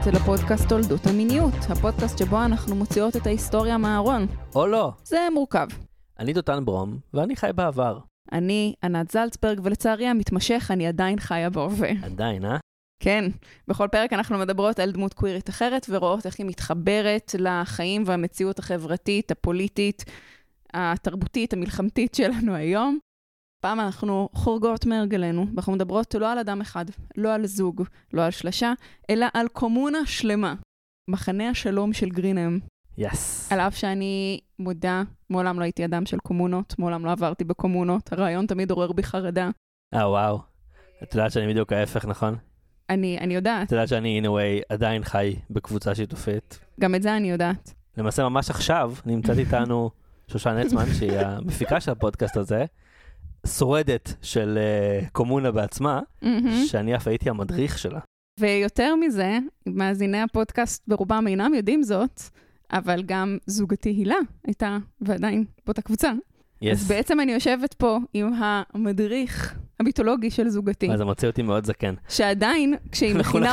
לפודקאסט תולדות המיניות, הפודקאסט שבו אנחנו מוציאות את ההיסטוריה מהארון. או לא. זה מורכב. אני דותן ברום, ואני חי בעבר. אני ענת זלצברג, ולצערי המתמשך אני עדיין חיה בהווה. עדיין, אה? כן. בכל פרק אנחנו מדברות על דמות קווירית אחרת, ורואות איך היא מתחברת לחיים והמציאות החברתית, הפוליטית, התרבותית, המלחמתית שלנו היום. פעם אנחנו חורגות מהרגלנו, ואנחנו מדברות לא על אדם אחד, לא על זוג, לא על שלשה, אלא על קומונה שלמה. מחנה השלום של גרינהאם. יס. על אף שאני מודה, מעולם לא הייתי אדם של קומונות, מעולם לא עברתי בקומונות, הרעיון תמיד עורר בי חרדה. וואו. את יודעת שאני בדיוק ההפך, נכון? אני יודעת. את יודעת שאני, in a way, עדיין חי בקבוצה שיתופית. גם את זה אני יודעת. למעשה, ממש עכשיו נמצאת איתנו שושן עצמן, שהיא המפיקה של הפודקאסט הזה, שורדת של קומונה בעצמה, שאני אף הייתי המדריך שלה. ויותר מזה, מאזיני הפודקאסט ברובם אינם יודעים זאת, אבל גם זוגתי הילה הייתה ועדיין באותה קבוצה. Yes. אז בעצם אני יושבת פה עם המדריך המיתולוגי של זוגתי. אז זה מוציא אותי מאוד זקן. שעדיין כשהיא מכינה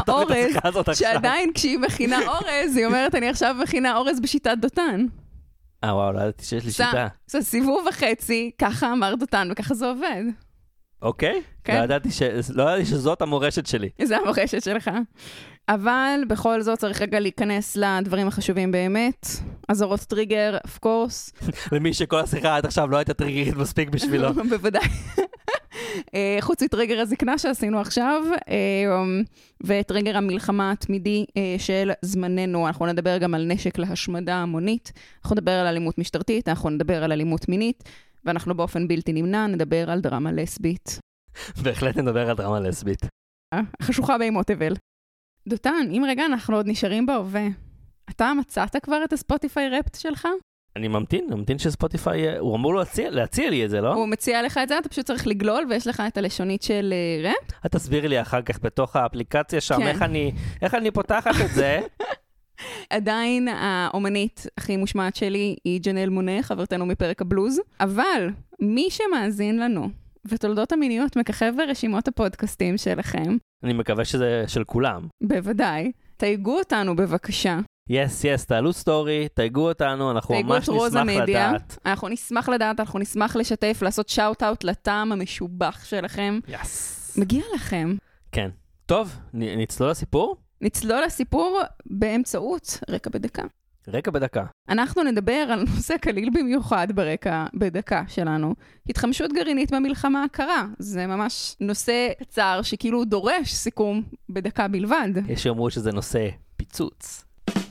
אורז, היא אומרת, אני עכשיו מכינה אורז בשיטת דותן. וואו, לא ידעתי שיש לי שיטה. זה סיבוב וחצי, ככה אמר דותן וככה זה עובד. אוקיי. לא ידעתי שזאת המורשת שלי. זה המורשת שלך. אבל בכל זאת צריך רגע להיכנס לדברים החשובים באמת. אזהרות טריגר, of course. למי שכל השיחה עד עכשיו לא הייתה טריגרית מספיק בשבילו. בוודאי. חוץ מטריגר הזקנה שעשינו עכשיו, וטריגר המלחמה התמידי של זמננו. אנחנו נדבר גם על נשק להשמדה המונית, אנחנו נדבר על אלימות משטרתית, אנחנו נדבר על אלימות מינית, ואנחנו באופן בלתי נמנע נדבר על דרמה לסבית. בהחלט נדבר על דרמה לסבית. חשוכה בימות אבל. דותן, אם רגע אנחנו עוד נשארים בהווה, אתה מצאת כבר את הספוטיפיי רפט שלך? אני ממתין שספוטיפיי, הוא אמור להציע לי את זה, לא? הוא מציע לך את זה, אתה פשוט צריך לגלול, ויש לך את הלשונית של רפט. את תסבירי לי אחר כך בתוך האפליקציה שם, איך אני פותחת את זה? עדיין האומנית הכי מושמעת שלי היא ג'נל מונה, חברתנו מפרק הבלוז, אבל מי שמאזין לנו, ותולדות המיניות מככב ברשימות הפודקאסטים שלכם. אני מקווה שזה של כולם. בוודאי. תייגו אותנו בבקשה. יס, תעלו סטורי, תייגו אותנו, אנחנו ממש נשמח לדעת. אנחנו נשמח לדעת, אנחנו נשמח לשתף, לעשות שאוט-אוט לטעם המשובח שלכם. יס. מגיע לכם. כן. טוב, נצלול לסיפור? נצלול לסיפור באמצעות רקע בדקה. רקע בדקה. אנחנו נדבר על נושא קליל במיוחד ברקע בדקה שלנו. התחמשות גרעינית במלחמה הקרה. זה ממש נושא קצר שכאילו דורש סיכום בדקה בלבד. יש שאומרו שזה נושא פיצוץ.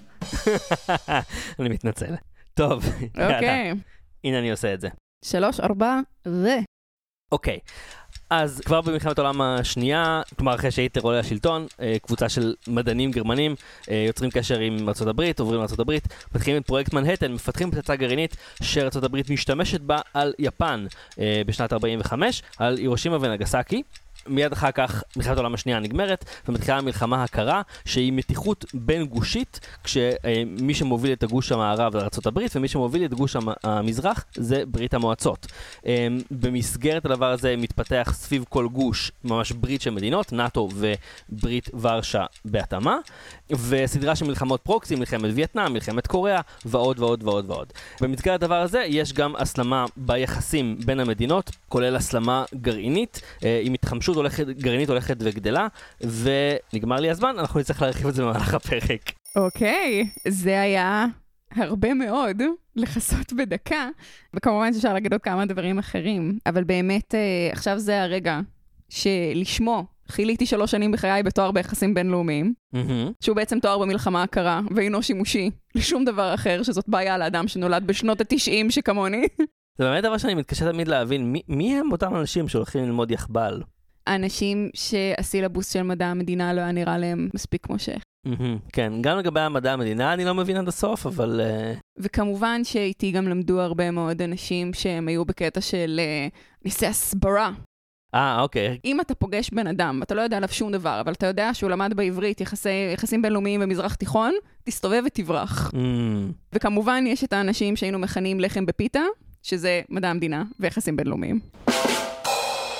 אני מתנצל. טוב. אוקיי. הנה אני עושה את זה. 3, 4, אוקיי. אז כבר במלחמת העולם השנייה, כלומר אחרי שהיטלר עולה לשלטון, קבוצה של מדענים גרמנים יוצרים קשר עם ארצות הברית, עוברים לארצות הברית, מתחילים את פרויקט מנהטן, מפתחים פצצה גרעינית שארצות הברית משתמשת בה על יפן בשנת 45, על הירושימה ונגסקי. מיד אחר כך מלחמת העולם השנייה נגמרת, ומתחילה המלחמה הקרה, שהיא מתיחות בין גושית, כשמי שמוביל את הגוש המערב זה ארצות הברית, ומי שמוביל את גוש המזרח זה ברית המועצות. במסגרת הדבר הזה מתפתח סביב כל גוש ממש ברית של מדינות, נאטו וברית ורשה בהתאמה, וסדרה של מלחמות פרוקסי, מלחמת וייטנאם, מלחמת קוריאה, ועוד ועוד ועוד ועוד. במסגרת הדבר הזה יש גם הסלמה ביחסים בין המדינות, כולל הסלמה גרעינית, עם התחמשות גרעינית הולכת וגדלה, ונגמר לי הזמן, אנחנו נצטרך להרחיב את זה במהלך הפרק. אוקיי, זה היה הרבה מאוד לחסות בדקה, וכמובן שאפשר להגיד עוד כמה דברים אחרים, אבל באמת עכשיו זה הרגע שלשמו חיליתי 3 שנים בחיי בתואר ביחסים בינלאומיים, שהוא בעצם תואר במלחמה הקרה, ואינו שימושי לשום דבר אחר, שזאת בעיה לאדם שנולד בשנות ה-90 שכמוני. זה באמת דבר שאני מתקשה תמיד להבין, מי הם אותם אנשים שהולכים ללמוד יחבל? האנשים שהסילבוס של מדע המדינה לא היה נראה להם מספיק כמו שייך. כן, גם לגבי המדע המדינה אני לא מבין עד הסוף, אבל... וכמובן שאיתי גם למדו הרבה מאוד אנשים שהם היו בקטע של ניסי הסברה. אוקיי. אם אתה פוגש בן אדם, אתה לא יודע עליו שום דבר, אבל אתה יודע שהוא למד בעברית יחסים בינלאומיים במזרח תיכון, תסתובב ותברח. וכמובן יש את האנשים שהיינו מכנים לחם בפיתה, שזה מדע המדינה ויחסים בינלאומיים.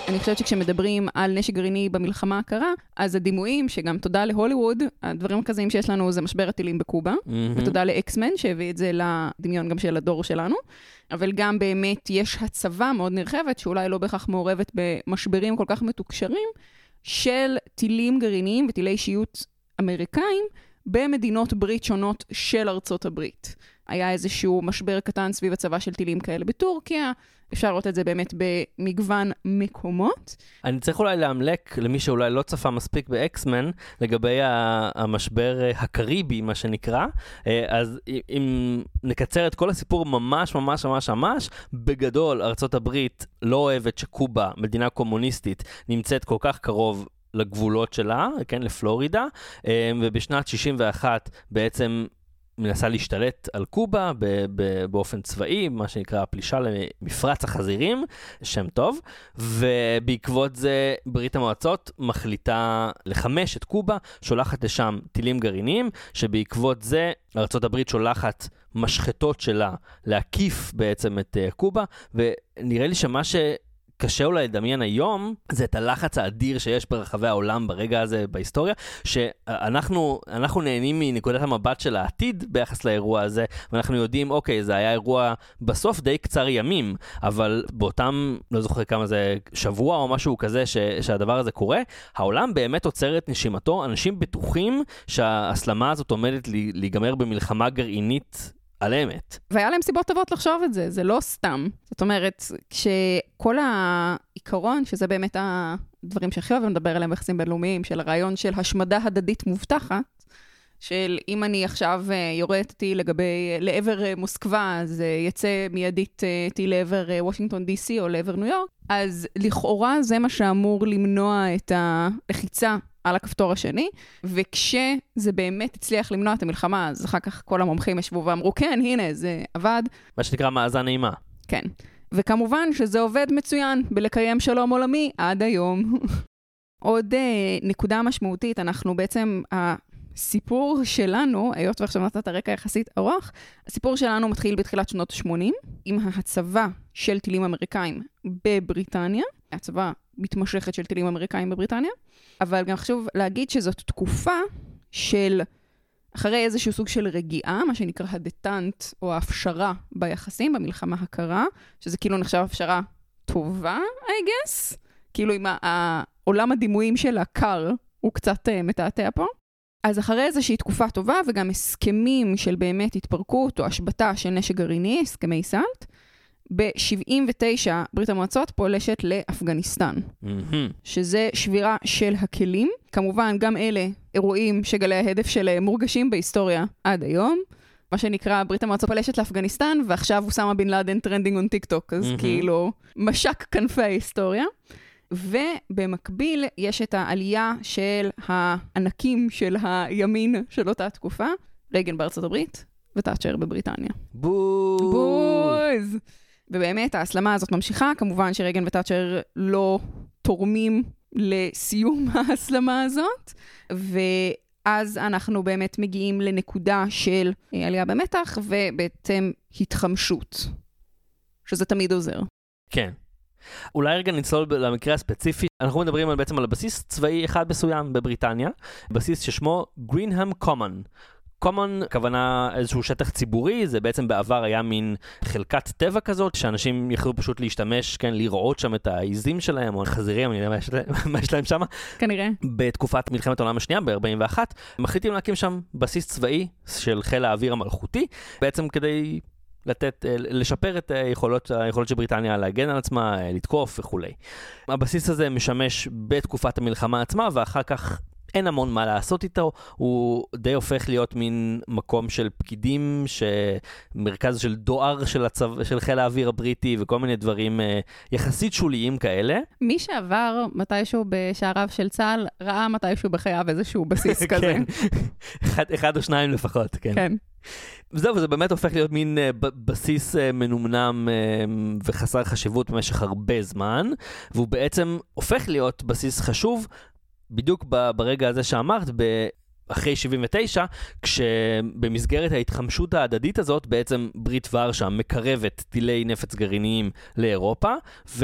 אני חושבת שכשמדברים על נשק גרעיני במלחמה הקרה, אז הדימויים, שגם תודה להוליווד, הדברים הכזיים שיש לנו זה משבר הטילים בקובה, ותודה לאקסמן שהביא את זה לדמיון גם של הדור שלנו, אבל גם באמת יש הצבה מאוד נרחבת, שאולי לא בהכרח מעורבת במשברים כל כך מתוקשרים, של טילים גרעיניים וטילי אישיות אמריקאים, במדינות ברית שונות של ארצות הברית. היה איזשהו משבר קטן סביב הצבא של טילים כאלה בטורקיה, אפשר לראות את זה באמת במגוון מקומות. אני צריך אולי להמלק למי שאולי לא צפה מספיק באקסמן, לגבי המשבר הקריבי, מה שנקרא. אז אם נקצר את כל הסיפור ממש ממש ממש ממש, בגדול ארצות הברית לא אוהבת שקובה, מדינה קומוניסטית, נמצאת כל כך קרוב לגבולות שלה, כן, לפלורידה, ובשנת 61 בעצם מנסה להשתלט על קובה באופן צבאי, מה שנקרא פלישה למפרץ החזירים, שם טוב, ובעקבות זה ברית המועצות מחליטה לחמש את קובה, שולחת לשם טילים גרעיניים, שבעקבות זה ארצות הברית שולחת משחטות שלה להקיף בעצם את קובה, ונראה לי שמה קשה אולי לדמיין היום, זה את הלחץ האדיר שיש ברחבי העולם ברגע הזה בהיסטוריה, שאנחנו נהנים מנקודת המבט של העתיד ביחס לאירוע הזה, ואנחנו יודעים, אוקיי, זה היה אירוע בסוף די קצר ימים, אבל באותם, לא זוכר כמה זה, שבוע או משהו כזה שהדבר הזה קורה, העולם באמת עוצר את נשימתו, אנשים בטוחים שההסלמה הזאת עומדת להיגמר במלחמה גרעינית על אמת. והיה להם סיבות טובות לחשוב את זה, זה לא סתם. זאת אומרת, כשכל העיקרון, שזה באמת הדברים שהכי אוהבים לדבר עליהם ביחסים בינלאומיים, של הרעיון של השמדה הדדית מובטחת, של אם אני עכשיו יורדת טיל לעבר מוסקבה, אז יצא מיידית טיל לעבר וושינגטון DC או לעבר ניו יורק, אז לכאורה זה מה שאמור למנוע את הלחיצה על הכפתור השני, וכשזה באמת הצליח למנוע את המלחמה, אז אחר כך כל המומחים ישבו ואמרו, כן, הנה, זה עבד. מה שנקרא מאזן נעימה. כן. וכמובן שזה עובד מצוין בלקיים שלום עולמי עד היום. עוד נקודה משמעותית, אנחנו בעצם, הסיפור שלנו, היות ועכשיו נתת הרקע יחסית ארוך, הסיפור שלנו מתחיל בתחילת שנות ה-80, עם ההצבה של טילים אמריקאים בבריטניה, הצבה מתמשכת של טילים אמריקאים בבריטניה, אבל גם חשוב להגיד שזאת תקופה של, אחרי איזשהו סוג של רגיעה, מה שנקרא הדטנט או ההפשרה ביחסים, במלחמה הקרה, שזה כאילו נחשב הפשרה טובה, I guess, כאילו עם העולם הדימויים של הקר, הוא קצת מתעתע פה. אז אחרי איזושהי תקופה טובה, וגם הסכמים של באמת התפרקות או השבטה של נשק גרעיני, הסכמי סלט, ב-79 ברית המועצות פולשת לאפגניסטן, שזה שבירה של הכלים. כמובן, גם אלה אירועים שגלי ההדף שלהם מורגשים בהיסטוריה עד היום. מה שנקרא, ברית המועצות פולשת לאפגניסטן, ועכשיו אוסמה בן לאדן טרנדינג און טיק טוק, אז כאילו משק כנפי ההיסטוריה. ובמקביל יש את העלייה של הענקים של הימין של אותה תקופה, רייגן בארצות הברית ותאצ'ר בבריטניה. בוז! ובאמת ההסלמה הזאת ממשיכה, כמובן שרייגן ותאצ'ר לא תורמים לסיום ההסלמה הזאת, ואז אנחנו באמת מגיעים לנקודה של עלייה במתח ובעצם התחמשות, שזה תמיד עוזר. כן. אולי רגע נצלול למקרה הספציפי, אנחנו מדברים בעצם על בסיס צבאי אחד מסוים בבריטניה, בסיס ששמו גרינהאם קומון. קומון, הכוונה איזשהו שטח ציבורי, זה בעצם בעבר היה מין חלקת טבע כזאת, שאנשים יכלו פשוט להשתמש, כן, לראות שם את העיזים שלהם, או החזירים, אני יודע מה יש להם שם. כנראה. בתקופת מלחמת העולם השנייה, ב-41, מחליטים להקים שם בסיס צבאי של חיל האוויר המלכותי, בעצם כדי לשפר את היכולות של בריטניה להגן על עצמה, לתקוף וכו'. הבסיס הזה משמש בתקופת המלחמה עצמה, ואחר כך אין המון מה לעשות איתו, הוא די הופך להיות מין מקום של פקידים, מרכז של דואר של חיל האוויר הבריטי, וכל מיני דברים יחסית שוליים כאלה. מי שעבר מתישהו בשעריו של צה"ל, ראה מתישהו בחייו איזשהו בסיס כזה. כן, אחד או שניים לפחות, כן. כן. וזהו, וזה באמת הופך להיות מין בסיס מנומנם וחסר חשיבות במשך הרבה זמן, והוא בעצם הופך להיות בסיס חשוב, בדיוק ברגע הזה שאמרת, אחרי 79, כשבמסגרת ההתחמשות ההדדית הזאת, בעצם ברית ורשה מקרבת טילי נפץ גרעיניים לאירופה,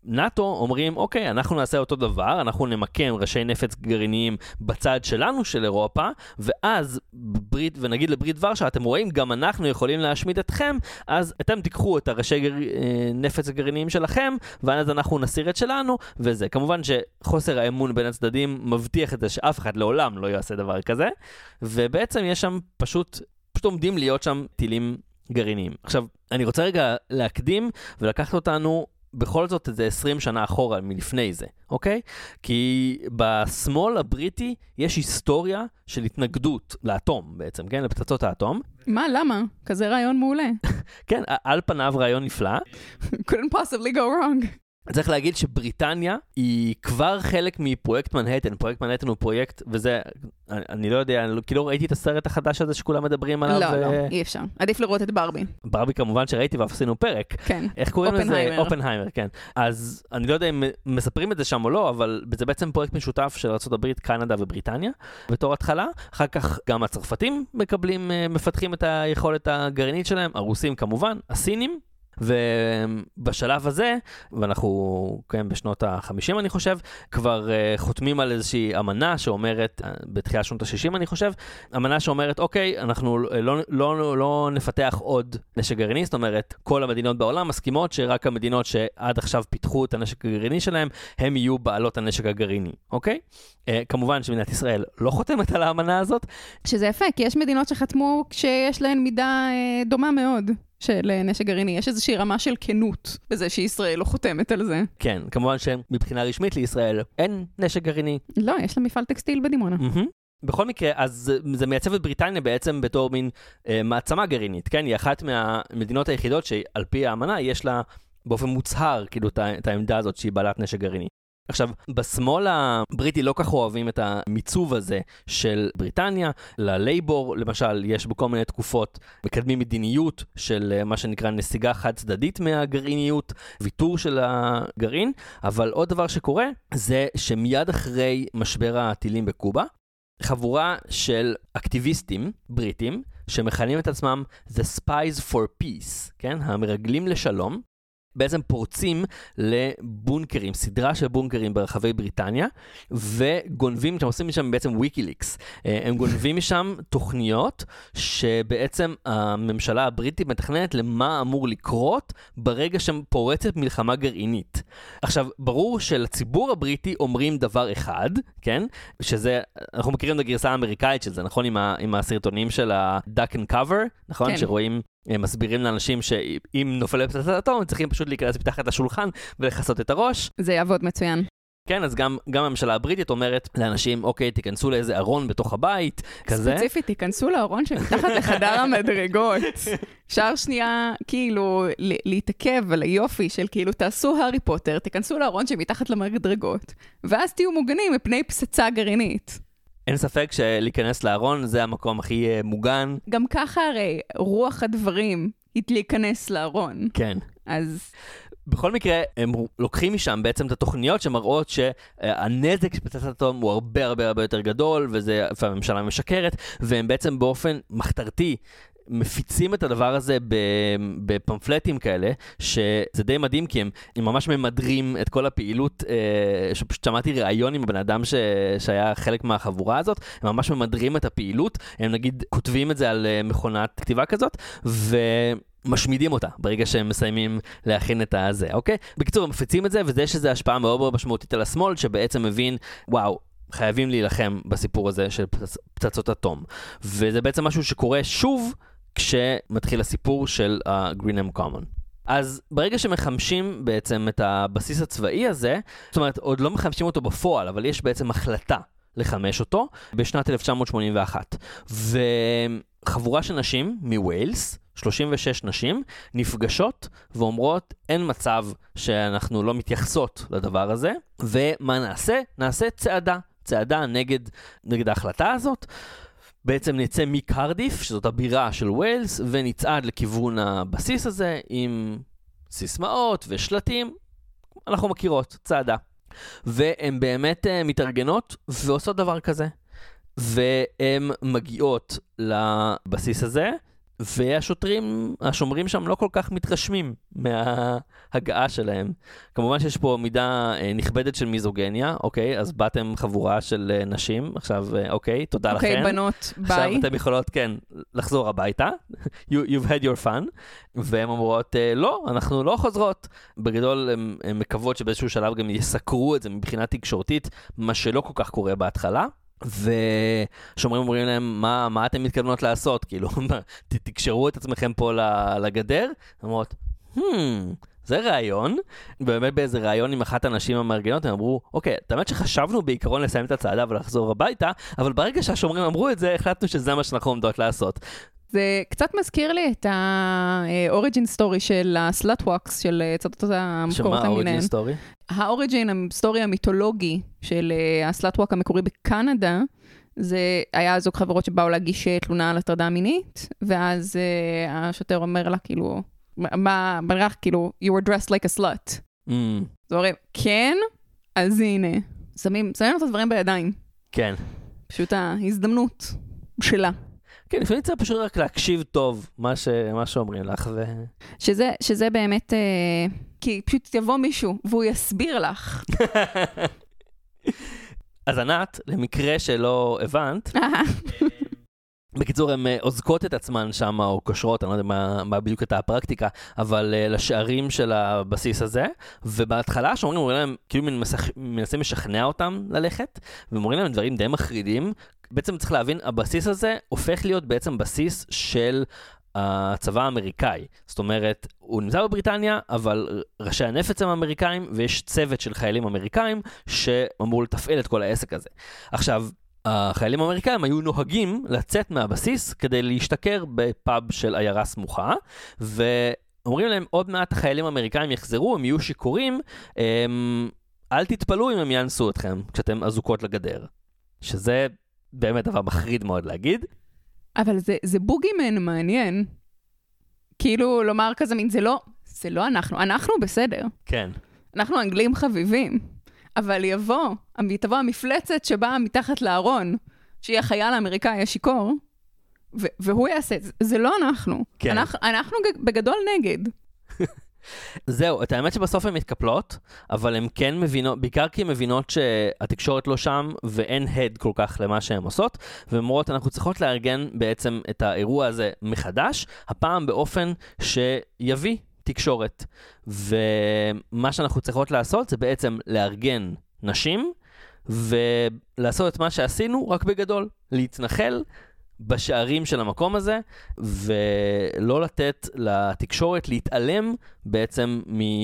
נאטו אומרים, אוקיי, אנחנו נעשה אותו דבר, אנחנו נמקם ראשי נפץ גרעיניים בצד שלנו של אירופה, ואז ונגיד לברית ורשה, אתם רואים, גם אנחנו יכולים להשמיד אתכם, אז אתם תיקחו את הראשי נפץ הגרעיניים שלכם, ואז אנחנו נסיר את שלנו, וזה. כמובן שחוסר האמון בין הצדדים מבטיח את זה שאף אחד לעולם לא יעשה דבר כזה, ובעצם יש שם פשוט עומדים להיות שם טילים גרעיניים. עכשיו, אני רוצה רגע להקדים ולקחת אותנו בכל זאת איזה 20 שנה אחורה מלפני זה, אוקיי? כי בשמאל הבריטי יש היסטוריה של התנגדות לאטום בעצם, כן? לפצצות האטום. מה, למה? כזה רעיון מעולה. כן, על פניו רעיון נפלא. couldn't possibly go wrong. צריך להגיד שבריטניה היא כבר חלק מפרויקט מנהטן. פרויקט מנהטן הוא פרויקט, וזה, אני לא יודע, כי לא ראיתי את הסרט החדש הזה שכולם מדברים עליו. לא, אי אפשר. עדיף לראות את ברבי. ברבי כמובן שראיתי ואף עשינו פרק. כן. איך קוראים לזה? אופנהיימר, כן. אז אני לא יודע אם מספרים את זה שם או לא, אבל זה בעצם פרויקט משותף של ארצות הברית, קנדה ובריטניה, בתור התחלה. אחר כך גם הצרפתים מפתחים את היכולת הגרעינית שלהם, הרוסים כמובן, הסינים. ובשלב הזה, ואנחנו כן בשנות ה-50 אני חושב, כבר חותמים על איזושהי אמנה שאומרת, בתחילת שנות ה-60 אני חושב, אמנה שאומרת, אוקיי, אנחנו לא נפתח עוד נשק גרעיני, זאת אומרת, כל המדינות בעולם מסכימות שרק המדינות שעד עכשיו פיתחו את הנשק הגרעיני שלהם, הם יהיו בעלות הנשק הגרעיני, אוקיי? כמובן שמדינת ישראל לא חותמת על האמנה הזאת. שזה יפה, כי יש מדינות שחתמו כשיש להן מידה דומה מאוד. של נשק גרעיני. יש איזושהי רמה של כנות בזה שישראל לא חותמת על זה. כן, כמובן שמבחינה רשמית לישראל אין נשק גרעיני. לא, יש לה מפעל טקסטיל בדימונה. בכל מקרה, אז זה מייצב את בריטניה בעצם בתור מין מעצמה גרעינית, כן? היא אחת מהמדינות היחידות שעל פי האמנה יש לה באופן מוצהר כאילו את העמדה הזאת שהיא בעלת נשק גרעיני. עכשיו, בשמאל הבריטי לא כך אוהבים את המיצוב הזה של בריטניה. ללייבור, למשל, יש בכל מיני תקופות מקדמים מדיניות של מה שנקרא נסיגה חד צדדית מהגרעיניות, ויתור של הגרעין, אבל עוד דבר שקורה זה שמיד אחרי משבר הטילים בקובה, חבורה של אקטיביסטים בריטים שמכנים את עצמם The Spies for Peace, כן? המרגלים לשלום, בעצם פורצים לבונקרים, סדרה של בונקרים ברחבי בריטניה, וגונבים, הם עושים משם בעצם ויקיליקס, הם גונבים משם תוכניות שבעצם הממשלה הבריטית מתכננת למה אמור לקרות ברגע שפורצת מלחמה גרעינית. עכשיו, ברור שלציבור הבריטי אומרים דבר אחד, כן? שזה, אנחנו מכירים את הגרסה האמריקאית של זה, נכון? עם הסרטונים של ה-duck and cover, נכון? כן. שרואים מסבירים לאנשים שאם נופל פצצת אטום, הם צריכים פשוט להיכנס מתחת לשולחן ולחסות את הראש. זה יעבוד מצוין. כן, אז גם הממשלה הבריטית אומרת לאנשים, אוקיי, תיכנסו לאיזה ארון בתוך הבית, כזה. ספציפית, תיכנסו לארון שמתחת לחדר המדרגות. אפשר שנייה, כאילו, להתעכב על היופי של כאילו, תעשו הארי פוטר, תיכנסו לארון שמתחת למדרגות, ואז תהיו מוגנים מפני פצצה גרעינית. אין ספק שלהיכנס לארון זה המקום הכי מוגן. גם ככה הרי רוח הדברים היא להיכנס לארון. כן. אז בכל מקרה, הם לוקחים משם בעצם את התוכניות שמראות שהנזק של פצצת אטום הוא הרבה הרבה הרבה יותר גדול, והממשלה משקרת, והם בעצם באופן מחתרתי מפיצים את הדבר הזה בפמפלטים כאלה, שזה די מדהים, כי הם ממש ממדרים את כל הפעילות, שפשוט שמעתי ראיון עם הבן אדם שהיה חלק מהחבורה הזאת, הם ממש ממדרים את הפעילות, הם נגיד כותבים את זה על מכונת כתיבה כזאת, משמידים אותה ברגע שהם מסיימים להכין את הזה, אוקיי? בקיצור, הם מפיצים את זה, וזה שזה השפעה מאוד מאוד משמעותית על השמאל, שבעצם מבין, וואו, חייבים להילחם בסיפור הזה של פצצות אטום. וזה בעצם משהו שקורה שוב כשמתחיל הסיפור של Greenham Common. אז ברגע שמחמשים בעצם את הבסיס הצבאי הזה, זאת אומרת, עוד לא מחמשים אותו בפועל, אבל יש בעצם החלטה לחמש אותו בשנת 1981. וחבורה של נשים מווילס, 36 נשים, נפגשות ואומרות, אין מצב שאנחנו לא מתייחסות לדבר הזה, ומה נעשה? נעשה צעדה נגד ההחלטה הזאת. בעצם נצא מקרדיף, שזאת הבירה של ווילס, ונצעד לכיוון הבסיס הזה עם סיסמאות ושלטים. אנחנו מכירות, צעדה. והן באמת מתארגנות ועושות דבר כזה. והן מגיעות לבסיס הזה, והשוטרים, השומרים שם לא כל כך מתרשמים מההגעה שלהם. כמובן שיש פה מידה נכבדת של מיזוגניה, אוקיי? אז באתם חבורה של נשים, עכשיו, אוקיי, תודה לכם. אוקיי, בנות, ביי. עכשיו אתם יכולות, כן, לחזור הביתה. You've had your fun. והן אומרות, לא, אנחנו לא חוזרות. בגדול, הן מקוות שבאיזשהו שלב גם יסקרו את זה מבחינה תקשורתית, מה שלא כל כך קורה בהתחלה. ושומרים אומרים להם, מה אתם מתכוונות לעשות? כאילו, תקשרו את עצמכם פה לגדר. אומרות, זה רעיון. ובאמת באיזה רעיון עם אחת הנשים המארגנות, הם אמרו, אוקיי, האמת שחשבנו בעיקרון לסיים את הצעדה ולחזור הביתה, אבל ברגע שהשומרים אמרו את זה, החלטנו שזה מה שאנחנו עומדות לעשות. זה קצת מזכיר לי את ה-origin story של ה-slutwalks, של צדות המקורות למיניהן. שמה ה-origin story? ה-origin story המיתולוגי של ה-slutwalk המקורי בקנדה, זה היה זוג חברות שבאו להגיש תלונה על הטרדה מינית, ואז השוטר אומר לה, כאילו, ברח, כאילו, you were dressed like a slut. זה אומר, כן, אז הנה, שמים את הדברים בידיים. כן. פשוט ההזדמנות שלה. כן, לפעמים צריך פשוט רק להקשיב טוב מה שאומרים לך. שזה באמת, כי פשוט יבוא מישהו והוא יסביר לך. אז ענת, למקרה שלא הבנת, בקיצור, הן עוזקות את עצמן שם, או קושרות, אני לא יודע מה בדיוק הייתה הפרקטיקה, אבל לשערים של הבסיס הזה, ובהתחלה שאומרים להם, כאילו מנסים לשכנע אותם ללכת, ואומרים להם דברים די מחרידים. בעצם צריך להבין, הבסיס הזה הופך להיות בעצם בסיס של הצבא האמריקאי. זאת אומרת, הוא נמצא בבריטניה, אבל ראשי הנפץ הם אמריקאים, ויש צוות של חיילים אמריקאים שאמור לתפעל את כל העסק הזה. עכשיו, החיילים האמריקאים היו נוהגים לצאת מהבסיס כדי להשתכר בפאב של עיירה סמוכה, ואומרים להם, עוד מעט החיילים האמריקאים יחזרו, הם יהיו שיכורים, אל תתפלו אם הם יאנסו אתכם כשאתם אזוקות לגדר. שזה באמת דבר מחריד מאוד להגיד. אבל זה בוגימן מעניין. כאילו לומר כזה מין, זה לא אנחנו בסדר. כן. אנחנו אנגלים חביבים. אבל תבוא המפלצת שבאה מתחת לארון, שהיא החייל האמריקאי השיכור, והוא יעשה, זה לא אנחנו. כן. אנחנו בגדול נגד. זהו, את האמת שבסוף הן מתקפלות, אבל הן כן מבינות, בעיקר כי הן מבינות שהתקשורת לא שם, ואין הד כל כך למה שהן עושות, ואומרות, אנחנו צריכות לארגן בעצם את האירוע הזה מחדש, הפעם באופן שיביא תקשורת. ומה שאנחנו צריכות לעשות זה בעצם לארגן נשים, ולעשות את מה שעשינו רק בגדול, להתנחל בשערים של המקום הזה, ולא לתת לתקשורת להתעלם בעצם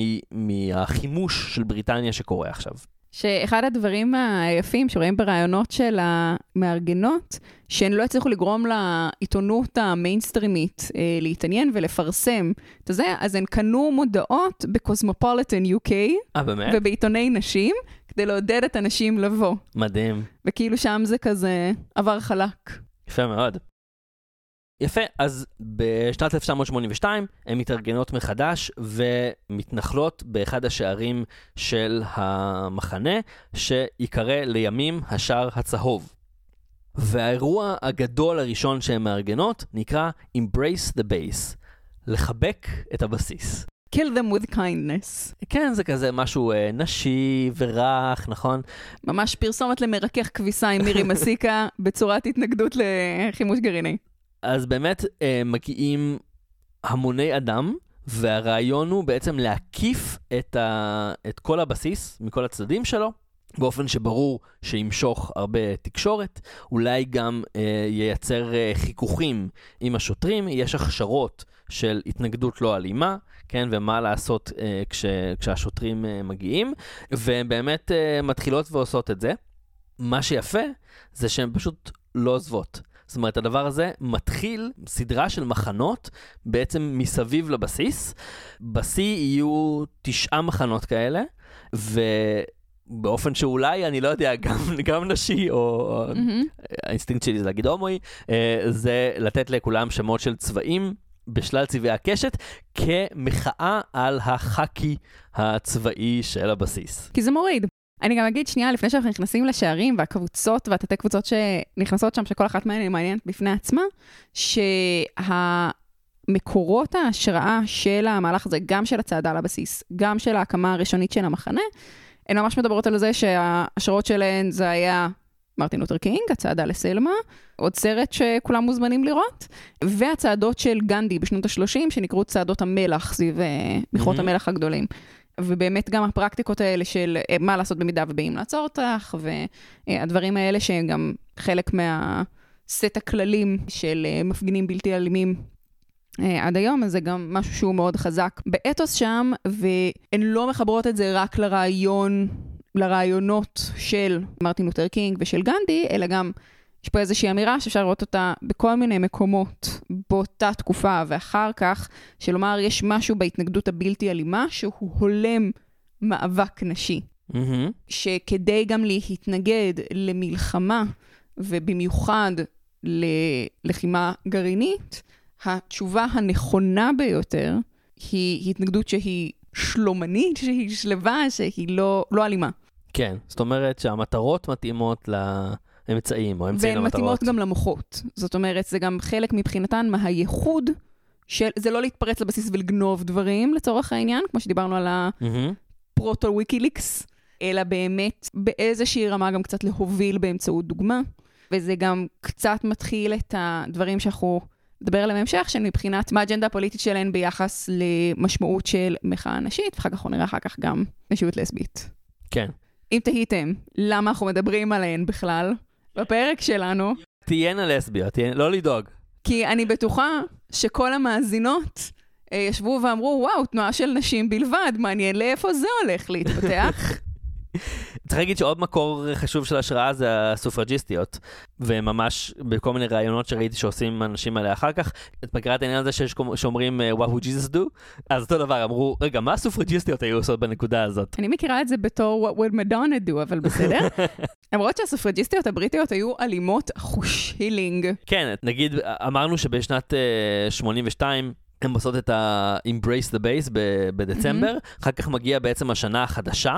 מהחימוש של בריטניה שקורה עכשיו. שאחד הדברים היפים שרואים ברעיונות של המארגנות, שהן לא הצליחו לגרום לעיתונות המיינסטרימית להתעניין ולפרסם את זה, אז הן קנו מודעות בקוסמופוליטן UK, באמת? ובעיתוני נשים, כדי לעודד את הנשים לבוא. מדהים. וכאילו שם זה כזה עבר חלק. יפה מאוד. יפה, אז בשנת 1982 הן מתארגנות מחדש ומתנחלות באחד השערים של המחנה שיקרא לימים השער הצהוב. והאירוע הגדול הראשון שהן מארגנות נקרא Embrace the Base, לחבק את הבסיס. Kill them with kindness. כן, זה כזה משהו נשי ורך, נכון? ממש פרסומת למרכך כביסה עם מירי מסיקה בצורת התנגדות לחימוש גרעיני. אז באמת מגיעים המוני אדם, והרעיון הוא בעצם להקיף את כל הבסיס מכל הצדדים שלו, באופן שברור שימשוך הרבה תקשורת, אולי גם ייצר חיכוכים עם השוטרים, יש הכשרות של התנגדות לא אלימה, כן, ומה לעשות כשהשוטרים מגיעים, והן באמת מתחילות ועושות את זה. מה שיפה זה שהן פשוט לא עוזבות. זאת אומרת, הדבר הזה מתחיל סדרה של מחנות בעצם מסביב לבסיס. בשיא יהיו 9 מחנות כאלה, ובאופן שאולי, אני לא יודע, גם נשי, או האינסטינקט שלי זה להגיד הומואי, זה לתת לכולם שמות של צבעים, בשלל צבעי הקשת, כמחאה על החקי הצבאי של הבסיס. כי זה מוריד. אני גם אגיד שנייה, לפני שאנחנו נכנסים לשערים, והקבוצות והתתי קבוצות שנכנסות שם, שכל אחת מהן מעניינת בפני עצמה, מקורות ההשראה של המהלך הזה, גם של הצעדה לבסיס, גם של ההקמה הראשונית של המחנה, הן ממש מדברות על זה שההשראות שלהן זה היה מרטין לותר קינג, הצעדה לסלמה, עוד סרט שכולם מוזמנים לראות, והצעדות של גנדי בשנות ה-30, שנקראו צעדות המלח, סביב מכרות המלח הגדולים. ובאמת גם הפרקטיקות האלה של מה לעשות במידה ובאים לעצור אותך, והדברים האלה שהם גם חלק מהסט הכללים של מפגינים בלתי אלימים עד היום, אז זה גם משהו שהוא מאוד חזק באתוס שם, והן לא מחברות את זה רק לרעיונות של מרטין לותר קינג ושל גנדי, אלא גם יש פה איזושהי אמירה שאפשר לראות אותה בכל מיני מקומות באותה תקופה ואחר כך, שלומר יש משהו בהתנגדות הבלתי אלימה שהוא הולם מאבק נשי. שכדי גם להתנגד למלחמה ובמיוחד ללחימה גרעינית, התשובה הנכונה ביותר היא התנגדות שהיא שלומנית, שהיא שלווה, שהיא לא אלימה. כן, זאת אומרת שהמטרות מתאימות לאמצעים, או אמצעים למטרות. והן מתאימות גם למוחות. זאת אומרת, זה גם חלק מבחינתן מהייחוד, זה לא להתפרץ לבסיס ולגנוב דברים, לצורך העניין, כמו שדיברנו על הפרוטו ויקיליקס, אלא באמת באיזושהי רמה גם קצת להוביל באמצעות דוגמה, וזה גם קצת מתחיל את הדברים שאנחנו נדבר עליהם המשך, שמבחינת מה האג'נדה הפוליטית שלהן ביחס למשמעות של מחאה נשית, ואחר כך נראה אחר כך גם נשיות לסבית. כן. אם תהיתם, למה אנחנו מדברים עליהן בכלל, בפרק שלנו. תהיינה לסביות, לא לדאוג. כי אני בטוחה שכל המאזינות ישבו ואמרו, וואו, תנועה של נשים בלבד, מעניין לאיפה זה הולך להתפתח. צריך להגיד שעוד מקור חשוב של השראה זה הסופרג'יסטיות, וממש בכל מיני רעיונות שראיתי שעושים אנשים עליה אחר כך, את מכירה את העניין הזה שאומרים What would Jesus do? אז אותו דבר, אמרו, רגע, מה הסופרג'יסטיות היו עושות בנקודה הזאת? אני מכירה את זה בתור What would Madonna do, אבל בסדר. למרות שהסופרג'יסטיות הבריטיות היו אלימות אחושילינג. כן, נגיד, אמרנו שבשנת 82, הן עושות את ה-Embrace the Base בדצמבר, אחר כך מגיע בעצם השנה החדשה,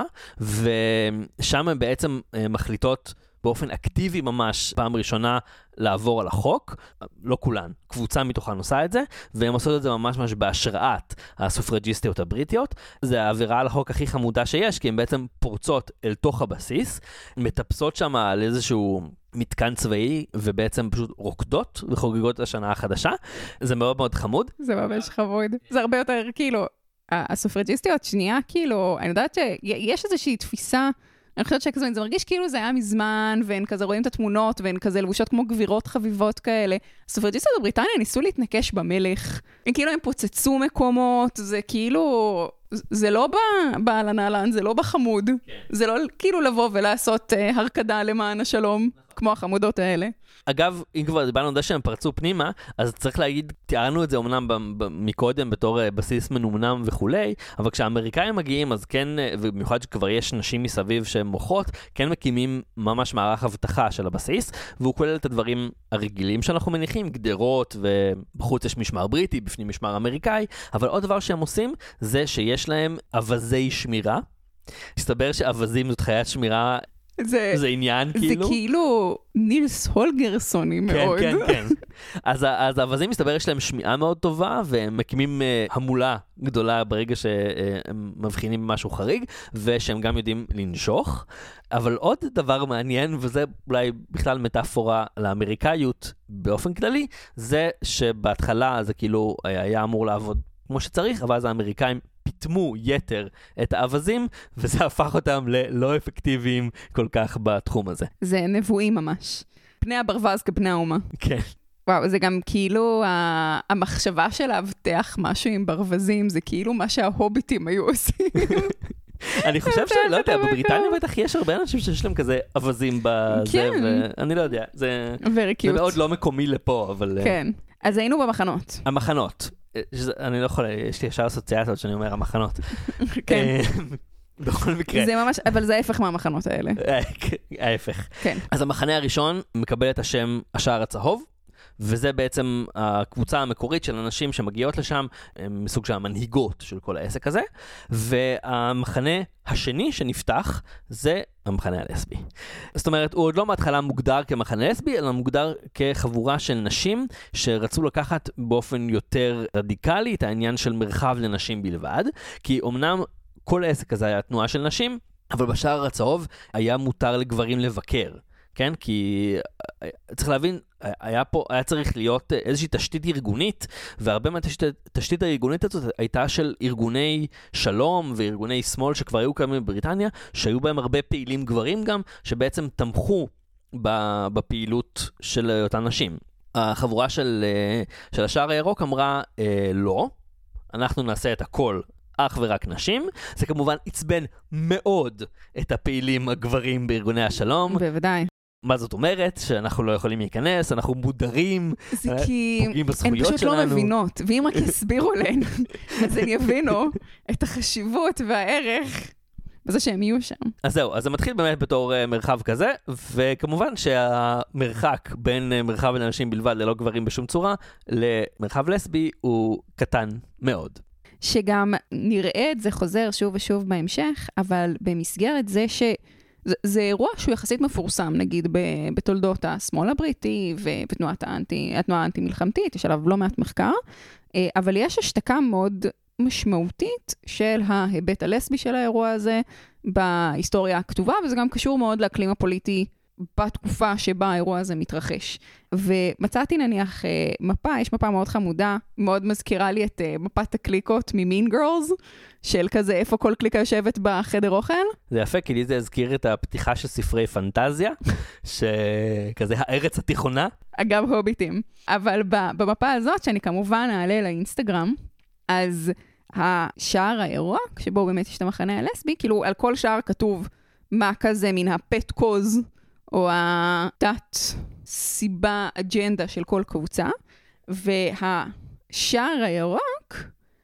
ושם הן בעצם מחליטות באופן אקטיבי ממש, פעם ראשונה לעבור על החוק, לא כולן, קבוצה מתוכן עושה את זה, והן עושות את זה ממש בהשראת הסופרג'יסטיות הבריטיות. זה העבירה על החוק הכי חמודה שיש, כי הן בעצם פורצות אל תוך הבסיס, מטפסות שם על איזשהו מתקן צבאי, ובעצם פשוט רוקדות וחוגגות את השנה החדשה. זה מאוד מאוד חמוד. זה ממש חמוד. זה הרבה יותר, כאילו, הסופרג'יסטיות שנייה, כאילו, אני יודעת שיש איזושהי תפיסה, אני חושבת שכזה, זה מרגיש כאילו זה היה מזמן, והן כזה רואים את התמונות, והן כזה לבושות כמו גבירות חביבות כאלה. הסופרג'יסטיות בבריטניה ניסו להתנקש במלך. הם כאילו הם פוצצו מקומות, זה כאילו, זה לא בעל הנעלן, זה לא בחמוד. זה לא כאילו לבוא ולעשות הרקדה למען השלום, כמו החמודות האלה. אגב, אם כבר דיברנו על זה שהם פרצו פנימה, אז צריך להגיד, תיארנו את זה אומנם מקודם בתור בסיס מנומנם וכולי, אבל כשהאמריקאים מגיעים, אז כן, ובמיוחד שכבר יש נשים מסביב שהן מוחות, כן מקימים ממש מערך הבטחה של הבסיס, והוא כולל את הדברים הרגילים שאנחנו מניחים, גדרות, ובחוץ יש משמר בריטי, בפנים משמר אמריקאי, אבל עוד דבר שהם עושים, זה שיש להם אבזי שמירה. הסתבר שאבזים זאת חיית שמירה, זה עניין כאילו. זה כאילו נילס הולגרסוני מאוד. כן, כן, כן. אז האבזים מסתבר יש להם שמיעה מאוד טובה, והם מקימים המולה גדולה ברגע שהם מבחינים משהו חריג, ושהם גם יודעים לנשוך. אבל עוד דבר מעניין, וזה אולי בכלל מטאפורה לאמריקאיות באופן כללי, זה שבהתחלה זה כאילו היה אמור לעבוד כמו שצריך, אבל אז האמריקאים פיתמו יתר את האבזים, וזה הפך אותם ללא אפקטיביים כל כך בתחום הזה. זה נבואים ממש. פני הברווז כפני האומה. כן. וואו, זה גם כאילו המחשבה של להבטח משהו עם ברווזים, זה כאילו מה שההוביטים היו עושים. אני חושב שלא יודע, בבריטניה בטח יש הרבה אנשים שיש להם כזה אבזים בזה, ואני לא יודע, זה מאוד לא מקומי לפה, אבל... כן, אז היינו במחנות. המחנות. אני לא יכול, יש לי ישר אסוציאציות שאני אומר המחנות. כן. בכל מקרה. זה ממש, אבל זה ההפך מהמחנות האלה. ההפך. כן. אז המחנה הראשון מקבל את השם השער הצהוב, וזה בעצם הקבוצה המקורית של אנשים שמגיעות לשם, הם מסוג של המנהיגות של כל העסק הזה, והמחנה השני שנפתח זה המחנה הלסבי. זאת אומרת, הוא עוד לא מההתחלה מוגדר כמחנה לסבי, אלא מוגדר כחבורה של נשים שרצו לקחת באופן יותר רדיקלי את העניין של מרחב לנשים בלבד, כי אמנם כל העסק הזה היה תנועה של נשים, אבל בשער הצהוב היה מותר לגברים לבקר. כן? כי צריך להבין, היה צריך להיות איזושהי תשתית ארגונית, והרבה מהתשתית הארגונית הזאת הייתה של ארגוני שלום וארגוני שמאל שכבר היו קיימים בבריטניה, שהיו בהם הרבה פעילים גברים גם, שבעצם תמכו בפעילות של אותן נשים. החבורה של השער הירוק אמרה, לא, אנחנו נעשה את הכל אך ורק נשים. זה כמובן עצבן מאוד את הפעילים הגברים בארגוני השלום. בוודאי. מה זאת אומרת? שאנחנו לא יכולים להיכנס, אנחנו מודרים, פוגעים בזכויות שלנו. הן פשוט לא מבינות, ואם רק יסבירו להן, אז הן יבינו את החשיבות והערך בזה שהם יהיו שם. אז זהו, אז זה מתחיל באמת בתור מרחב כזה, וכמובן שהמרחק בין מרחב לנשים בלבד ללא גברים בשום צורה, למרחב לסבי הוא קטן מאוד. שגם נראה את זה חוזר שוב ושוב בהמשך, אבל במסגרת זה זה אירוע שהוא יחסית מפורסם, נגיד בתולדות השמאל הבריטי ובתנועת התנועה האנטי-מלחמתית, יש עליו לא מעט מחקר, אבל יש השתקה מאוד משמעותית של ההיבט הלסבי של האירוע הזה בהיסטוריה הכתובה, וזה גם קשור מאוד לאקלים הפוליטי בתקופה שבה האירוע הזה מתרחש. ומצאתי נניח מפה, יש מפה מאוד חמודה, מאוד מזכירה לי את מפת הקליקות מ-Mean Girls, של כזה איפה כל קליקה יושבת בחדר אוכל. זה יפה, כי לי זה הזכיר את הפתיחה של ספרי פנטזיה, שכזה הארץ התיכונה. אגב הוביטים. אבל במפה הזאת, שאני כמובן אעלה לאינסטגרם, אז השער הירוק, שבו באמת יש את המחנה הלסבי, כאילו על כל שער כתוב מה כזה מן הפט קוז, או התת סיבה אג'נדה של כל קבוצה, והשער הירוק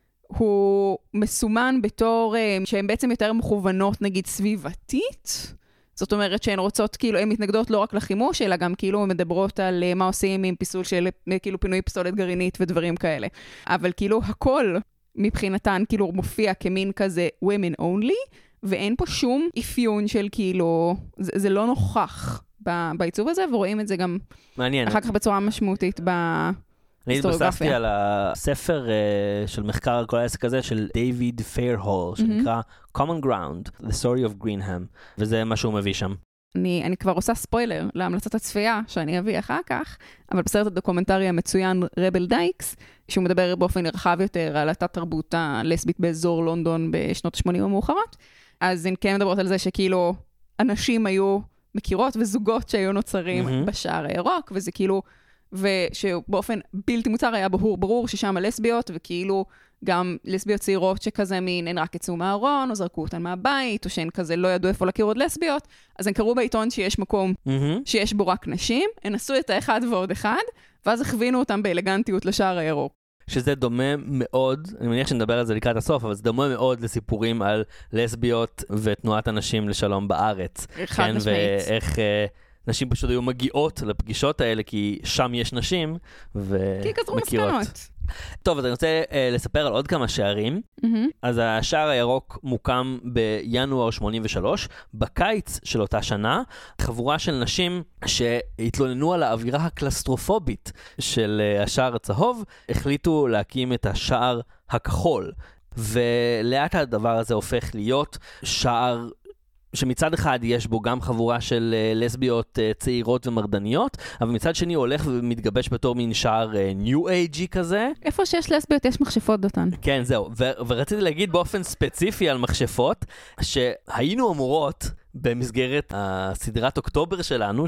הוא מסומן בתור שהן בעצם יותר מכוונות נגיד סביבתית, זאת אומרת שהן רוצות כאילו, הן מתנגדות לא רק לחימוש, אלא גם כאילו מדברות על מה עושים עם פיסול של כאילו פינוי פסולת גרעינית ודברים כאלה. אבל כאילו הכל מבחינתן כאילו מופיע כמין כזה women only, ואין פה שום אפיון של כאילו, זה לא נוכח בעיצוב הזה, ורואים את זה גם מעניין. אחר כך בצורה משמעותית אני התבססתי על הספר של מחקר על כל העסק הזה של דיוויד פיירהול, שנקרא Common Ground, The Story of Greenham, וזה מה שהוא מביא שם. אני כבר עושה ספוילר להמלצת הצפייה שאני אביא אחר כך, אבל בסרט הדוקומנטרי המצוין רבל דייקס, שהוא מדבר באופן רחב יותר על התת-תרבות הלסבית באזור לונדון בשנות ה-80 המאוחרות, אז הן כן מדברות על זה שכאילו אנשים היו מכירות וזוגות שהיו נוצרים בשער הירוק, וזה כאילו, ושבאופן בלתי מוצר היה ברור ששם הלסביות, וכאילו גם לסביות צעירות שכזה מין, הן רק יצאו מהארון, או זרקו אותן מהבית, או שהן כזה לא ידעו איפה להכיר עוד לסביות, אז הן קראו בעיתון שיש מקום שיש בו רק נשים, הן עשו את האחד ועוד אחד, ואז הכווינו אותם באלגנטיות לשער הירוק. שזה דומה מאוד, אני מניח שנדבר על זה לקראת הסוף, אבל זה דומה מאוד לסיפורים על לסביות ותנועת אנשים לשלום בארץ. חד משמעית. ואיך נשים פשוט היו מגיעות לפגישות האלה, כי שם יש נשים ומכירות. כי כזרו מסקנות. טוב, אז אני רוצה לספר על עוד כמה שערים. אז השער הירוק מוקם בינואר 83, בקיץ של אותה שנה, חבורה של נשים שהתלוננו על האווירה הקלסטרופובית של השער הצהוב, החליטו להקים את השער הכחול. ולאט הדבר הזה הופך להיות שער שמצד אחד יש בו גם חבורה של לסביות צעירות ומרדניות, אבל מצד שני הוא הולך ומתגבש בתור מין שער ניו אייג'י כזה. איפה שיש לסביות יש מכשפות דותן. כן, זהו. ורציתי להגיד באופן ספציפי על מכשפות, שהיינו אמורות במסגרת הסדרת אוקטובר שלנו,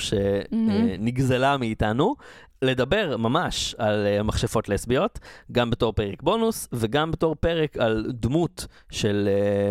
שנגזלה מאיתנו, לדבר ממש על מכשפות לסביות, גם בתור פרק בונוס, וגם בתור פרק על דמות של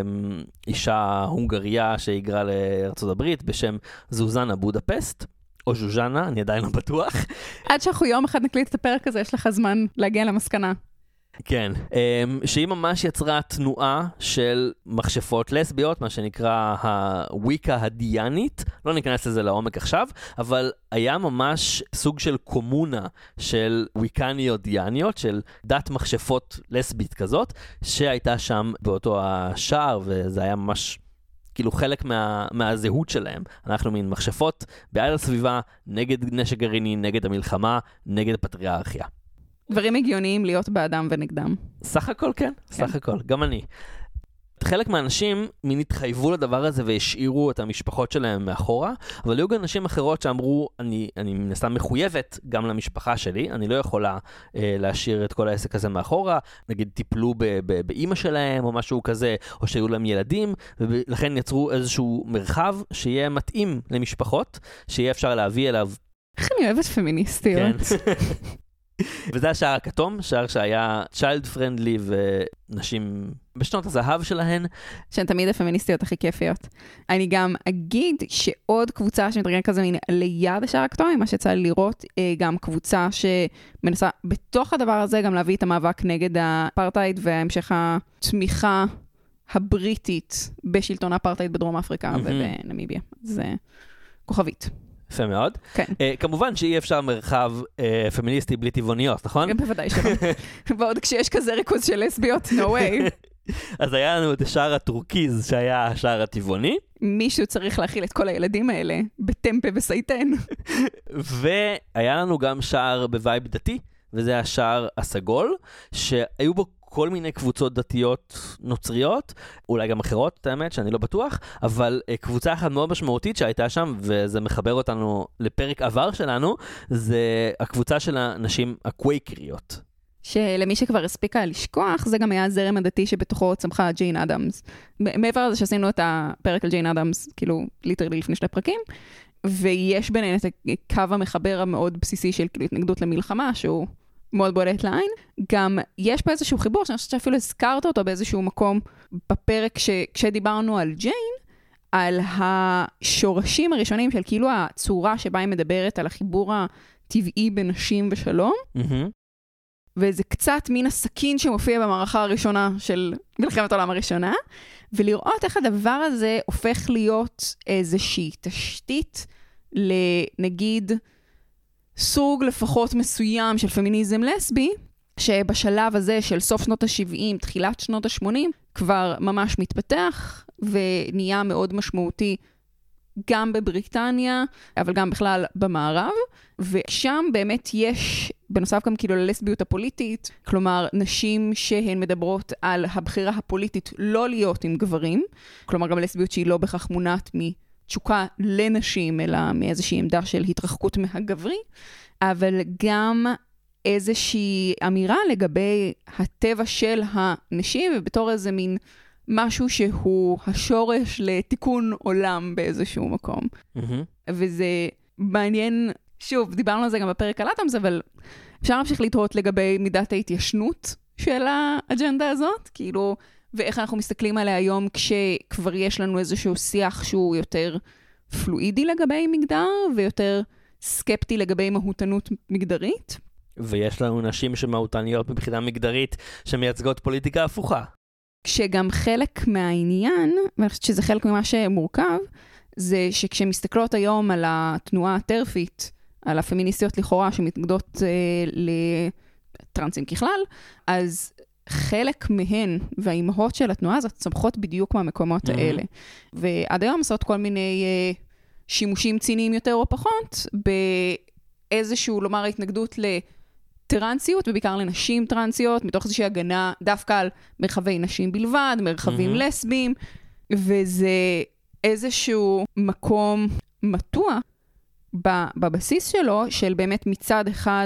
אישה הונגריה שהיגרה לארצות הברית, בשם זוזנה בודפסט, או ז'וז'נה, אני עדיין לא בטוח. עד שאנחנו יום אחד נקליט את הפרק הזה, יש לך זמן להגיע למסקנה. כן, שהיא ממש יצרה תנועה של מכשפות לסביות, מה שנקרא הוויקה הדיאנית, לא ניכנס לזה לעומק עכשיו, אבל היה ממש סוג של קומונה של וויקניות דיאניות, של דת מכשפות לסבית כזאת, שהייתה שם באותו השער, וזה היה ממש כאילו חלק מהזהות שלהם. אנחנו מין מכשפות בעד הסביבה, נגד נשק גרעיני, נגד המלחמה, נגד הפטריארכיה. דברים הגיוניים להיות באדם ונגדם. סך הכל כן, סך הכל, גם אני. חלק מהאנשים מין התחייבו לדבר הזה והשאירו את המשפחות שלהם מאחורה, אבל היו גם נשים אחרות שאמרו, אני נסתם מחויבת גם למשפחה שלי, אני לא יכולה להשאיר את כל העסק הזה מאחורה, נגיד טיפלו באמא שלהם או משהו כזה, או שהיו להם ילדים, ולכן יצרו איזשהו מרחב שיהיה מתאים למשפחות, שיהיה אפשר להביא אליו. איך אני אוהבת פמיניסטיות. כן. וזה השער הכתום, שער שהיה child friendly ונשים בשנות הזהב שלהן. שהן תמיד הפמיניסטיות הכי כיפיות. אני גם אגיד שעוד קבוצה שמתרגנת כזה ליד השער הכתום, מה שיצא לי לראות, גם קבוצה שמנסה בתוך הדבר הזה גם להביא את המאבק נגד האפרטהייד והמשך התמיכה הבריטית בשלטון האפרטהייד בדרום אפריקה ובנמיביה. זה כוכבית. יפה מאוד. כן. כמובן שאי אפשר מרחב פמיניסטי בלי טבעוניות, נכון? בוודאי שלא. ועוד כשיש כזה ריכוז של לסביות, no way. אז היה לנו את השער הטורקיז שהיה השער הטבעוני. מישהו צריך להכיל את כל הילדים האלה בטמפה וסייטן. והיה לנו גם שער בווייב דתי, וזה השער הסגול, שהיו בו כל מיני קבוצות דתיות נוצריות, אולי גם אחרות, האמת, שאני לא בטוח, אבל קבוצה אחת מאוד משמעותית שהייתה שם, וזה מחבר אותנו לפרק עבר שלנו, זה הקבוצה של הנשים הקווייקריות. שלמי שכבר הספיקה לשכוח, זה גם היה הזרם הדתי שבתוכו צמחה ג'יין אדמס. מעבר לזה שעשינו את הפרק על ג'יין אדמס, כאילו ליטרלי לפני 2 פרקים, ויש ביניהם את הקו המחבר המאוד בסיסי של כאילו התנגדות למלחמה, שהוא מאוד בולט לעין. גם יש פה איזשהו חיבור, שאני חושבת שאפילו הזכרת אותו באיזשהו מקום בפרק כשדיברנו על ג'יין, על השורשים הראשונים של כאילו הצורה שבה היא מדברת על החיבור הטבעי בין נשים ושלום. וזה קצת מין הסכין שמופיע במערכה הראשונה של מלחמת העולם הראשונה, ולראות איך הדבר הזה הופך להיות איזושהי תשתית לנגיד סוג לפחות מסוים של פמיניזם לסבי, שבשלב הזה של סוף שנות ה-70, תחילת שנות ה-80, כבר ממש מתפתח ונהיה מאוד משמעותי גם בבריטניה, אבל גם בכלל במערב, ושם באמת יש, בנוסף גם כאילו ללסביות הפוליטית, כלומר נשים שהן מדברות על הבחירה הפוליטית לא להיות עם גברים, כלומר גם לסביות שהיא לא בכך מונעת מתשוקה לנשים, אלא מאיזושהי עמדה של התרחקות מהגברי, אבל גם איזושהי אמירה לגבי הטבע של הנשים, ובתור איזה מין משהו שהוא השורש לתיקון עולם באיזשהו מקום. וזה מעניין, שוב, דיברנו על זה גם בפרק על אטמס, אבל אפשר להמשיך לתהות לגבי מידת ההתיישנות של האג'נדה הזאת, כאילו, ואיך אנחנו מסתכלים עליה היום כשכבר יש לנו איזשהו שיח שהוא יותר פלואידי לגבי מגדר, ויותר סקפטי לגבי מהותנות מגדרית. ויש לנו נשים שמהותניות מבחינה מגדרית שמייצגות פוליטיקה הפוכה. כשגם חלק מהעניין, ואני חושבת שזה חלק ממה שמורכב, זה שכשמסתכלות היום על התנועה הטרפית, על הפמיניסטיות לכאורה שמתנגדות לטרנסים ככלל, אז חלק מהן והאימהות של התנועה הזאת צמחות בדיוק מהמקומות האלה. ועד היום עושות כל מיני שימושים ציניים יותר או פחות, באיזשהו, לומר, התנגדות טרנסיות, ובעיקר לנשים טרנסיות, מתוך איזושהי הגנה דווקא על מרחבי נשים בלבד, מרחבים לסביים, וזה איזשהו מקום מתוח בבסיס שלו, של באמת מצד אחד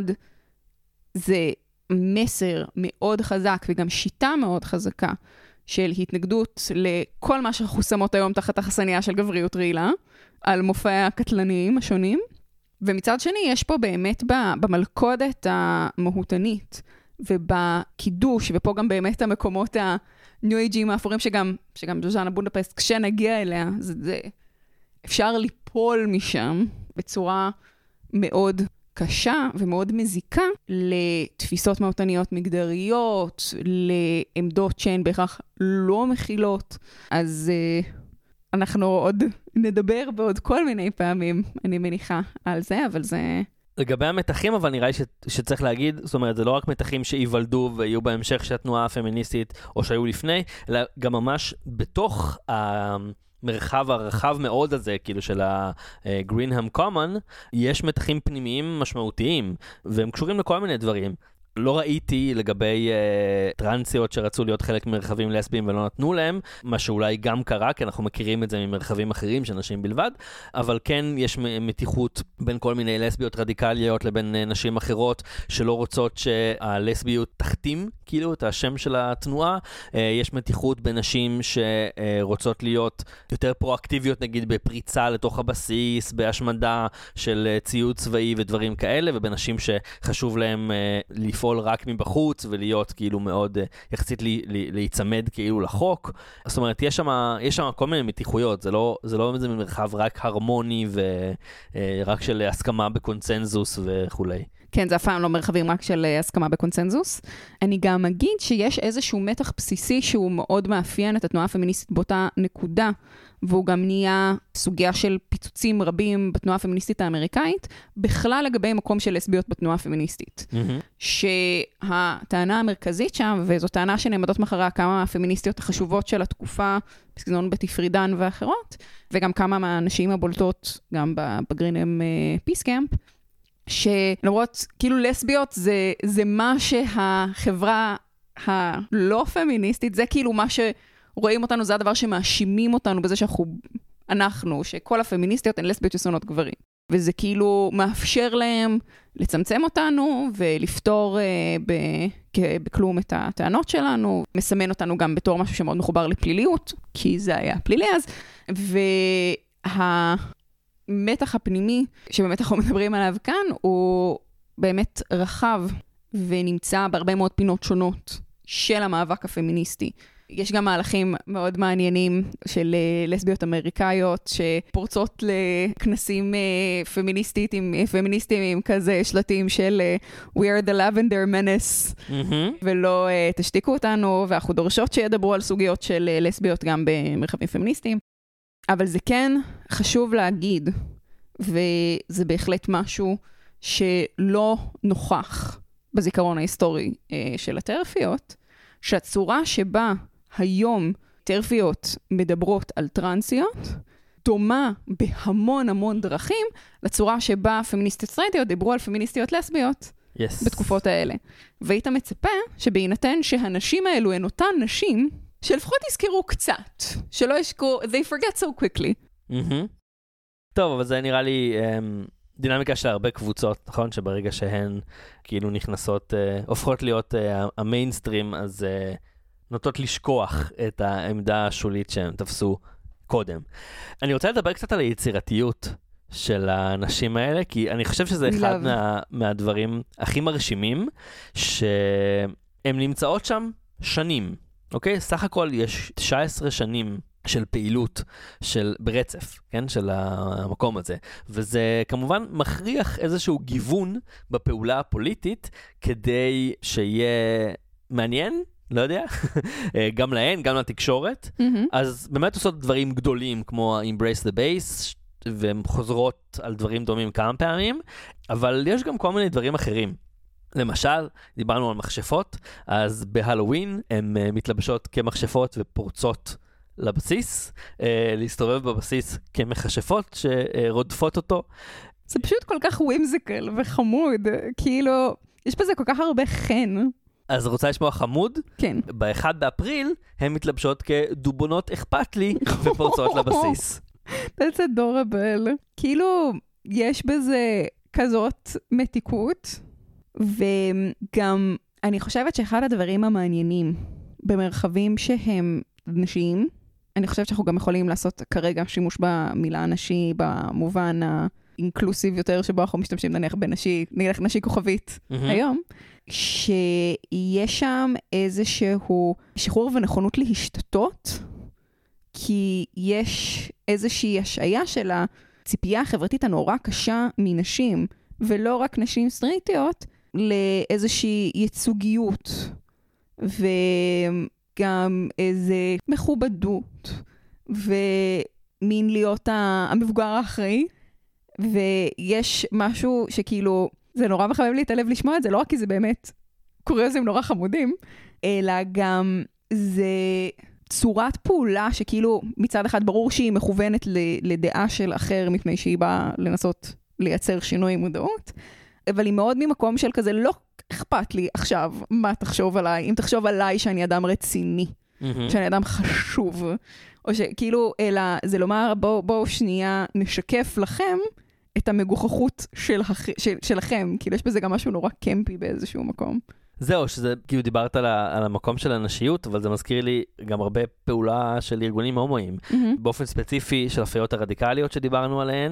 זה מסר מאוד חזק, וגם שיטה מאוד חזקה, של התנגדות לכל מה שאנחנו שמות היום תחת החסניה של גבריות רעילה, על מופעי הקטלניים השונים, ומצד שני, יש פה באמת במלכודת המהותנית, ובקידוש, ופה גם באמת המקומות הניו-אייג'ים האפורים, שגם ז'וז'אנה בונדפסט, כשנגיע אליה, אפשר ליפול משם בצורה מאוד קשה ומאוד מזיקה לתפיסות מהותניות מגדריות, לעמדות שהן בהכרח לא מכילות. אז אנחנו עוד נדבר בעוד כל מיני פעמים, אני מניחה, על זה, אבל זה... לגבי המתחים, אבל נראה לי שצריך להגיד, זאת אומרת, זה לא רק מתחים שיוולדו ויהיו בהמשך של התנועה הפמיניסטית, או שהיו לפני, אלא גם ממש בתוך המרחב הרחב מאוד הזה, כאילו של ה-Greenham Common, יש מתחים פנימיים משמעותיים, והם קשורים לכל מיני דברים. לא ראיתי לגבי טרנסיות שרצו להיות חלק מרחבים לסביים ולא נתנו להם, מה שאולי גם קרה, כי אנחנו מכירים את זה ממרחבים אחרים של נשים בלבד, אבל כן יש מתיחות בין כל מיני לסביות רדיקליות לבין נשים אחרות שלא רוצות שהלסביות תחתים, כאילו, את השם של התנועה. יש מתיחות בין נשים שרוצות להיות יותר פרואקטיביות, נגיד בפריצה לתוך הבסיס, בהשמדה של ציוד צבאי ודברים כאלה, ובין נשים שחשוב להם לפעול רק מבחוץ ולהיות כאילו מאוד יחסית להיצמד כאילו לחוק. זאת אומרת, יש שם כל מיני מתיחויות, זה לא איזה מרחב רק הרמוני ורק של הסכמה בקונצנזוס וכולי. כן, זה אף פעם לא מרחבים רק של הסכמה בקונצנזוס. אני גם אגיד שיש איזשהו מתח בסיסי שהוא מאוד מאפיין את התנועה הפמיניסטית באותה נקודה, והוא גם נהיה סוגיה של פיצוצים רבים בתנועה הפמיניסטית האמריקאית, בכלל לגבי מקום של לסביות בתנועה הפמיניסטית. שהטענה המרכזית שם, וזו טענה שנעמדות מאחוריה כמה הפמיניסטיות החשובות של התקופה, בסגנון בטי פרידן ואחרות, וגם כמה מהנשים הבולטות, גם בגרינהאם פיס קאמפ, שלמרות, כאילו לסביות זה מה שהחברה הלא פמיניסטית, זה כאילו מה שרואים אותנו, זה הדבר שמאשימים אותנו בזה שכל הפמיניסטיות הן לסביות ששונאות גברים. וזה כאילו מאפשר להם לצמצם אותנו ולפתור בכלום את הטענות שלנו, מסמן אותנו גם בתור משהו שמאוד מחובר לפליליות, כי זה היה פלילי אז, מתח הפנימי, שבאמת אנחנו מדברים עליו כאן, הוא באמת רחב ונמצא בהרבה מאוד פינות שונות של המאבק הפמיניסטי. יש גם מהלכים מאוד מעניינים של לסביות אמריקאיות שפורצות לכנסים פמיניסטיים עם כזה שלטים של We are the lavender menace, ולא תשתיקו אותנו, ואנחנו דורשות שידברו על סוגיות של לסביות גם במרחבים פמיניסטיים. אבל זה כן חשוב להגיד, וזה בהחלט משהו שלא נוכח בזיכרון ההיסטורי של הטרפיות, שהצורה שבה היום טרפיות מדברות על טרנסיות, דומה בהמון המון דרכים לצורה שבה פמיניסטיות סטרייטיות דיברו על פמיניסטיות לסביות בתקופות האלה. והיית מצפה שבהינתן שהנשים האלו הן אותן נשים, שלפחות יזכרו קצת, שלא ישכו, they forget so quickly. טוב, אבל זה נראה לי דינמיקה של הרבה קבוצות, נכון? שברגע שהן כאילו נכנסות, הופכות להיות המיינסטרים, אז נוטות לשכוח את העמדה השולית שהם תפסו קודם. אני רוצה לדבר קצת על היצירתיות של האנשים האלה, כי אני חושב שזה אחד מהדברים הכי מרשימים, שהם נמצאות שם שנים. אוקיי? סך הכל יש 19 שנים של פעילות ברצף, כן? של המקום הזה. וזה כמובן מכריח איזשהו גיוון בפעולה הפוליטית, כדי שיהיה מעניין, לא יודע, גם להן, גם לתקשורת. אז באמת עושות דברים גדולים, כמו Embrace the Base, והן חוזרות על דברים דומים כמה פעמים, אבל יש גם כל מיני דברים אחרים. למשל, דיברנו על מכשפות, אז בהלווין הן מתלבשות כמכשפות ופורצות לבסיס, להסתובב בבסיס כמכשפות שרודפות אותו. זה פשוט כל כך ווימזיקל וחמוד, כאילו, יש בזה כל כך הרבה חן. אז רוצה לשמוע חמוד? כן. ב-1 באפריל הן מתלבשות כדובונות אכפת לי ופורצות לבסיס. That's adorable. כאילו, יש בזה כזאת מתיקות, וגם אני חושבת שאחד הדברים המעניינים במרחבים שהם נשיים, אני חושבת שאנחנו גם יכולים לעשות כרגע שימוש במילה נשי במובן האינקלוסיב יותר שבו אנחנו משתמשים נניח נניח נשי כוכבית היום, שיש שם איזשהו שחרור ונכונות להשתתות, כי יש איזושהי השעיה של הציפייה החברתית הנורא קשה מנשים ולא רק נשים סטרייטיות, לאיזושהי ייצוגיות, וגם איזו מכובדות, ומין להיות המבוגר האחראי, ויש משהו שכאילו, זה נורא מחמם לי את הלב לשמוע את זה, לא רק כי זה באמת קוריוזים נורא חמודים, אלא גם זה צורת פעולה שכאילו מצד אחד ברור שהיא מכוונת לדעה של אחר, מפני שהיא באה לנסות לייצר שינוי מודעות, אבל היא מאוד ממקום של כזה, לא אכפת לי עכשיו מה תחשוב עליי, אם תחשוב עליי שאני אדם רציני, שאני אדם חשוב, או שכאילו, אלא זה לומר, בואו שנייה נשקף לכם את המגוחכות שלכם, כאילו יש בזה גם משהו נורא קמפי באיזשהו מקום. זהו, שזה, כאילו דיברת על המקום של הנשיות, אבל זה מזכיר לי גם הרבה פעולה של ארגונים הומואים, באופן ספציפי של הפריות הרדיקליות שדיברנו עליהן,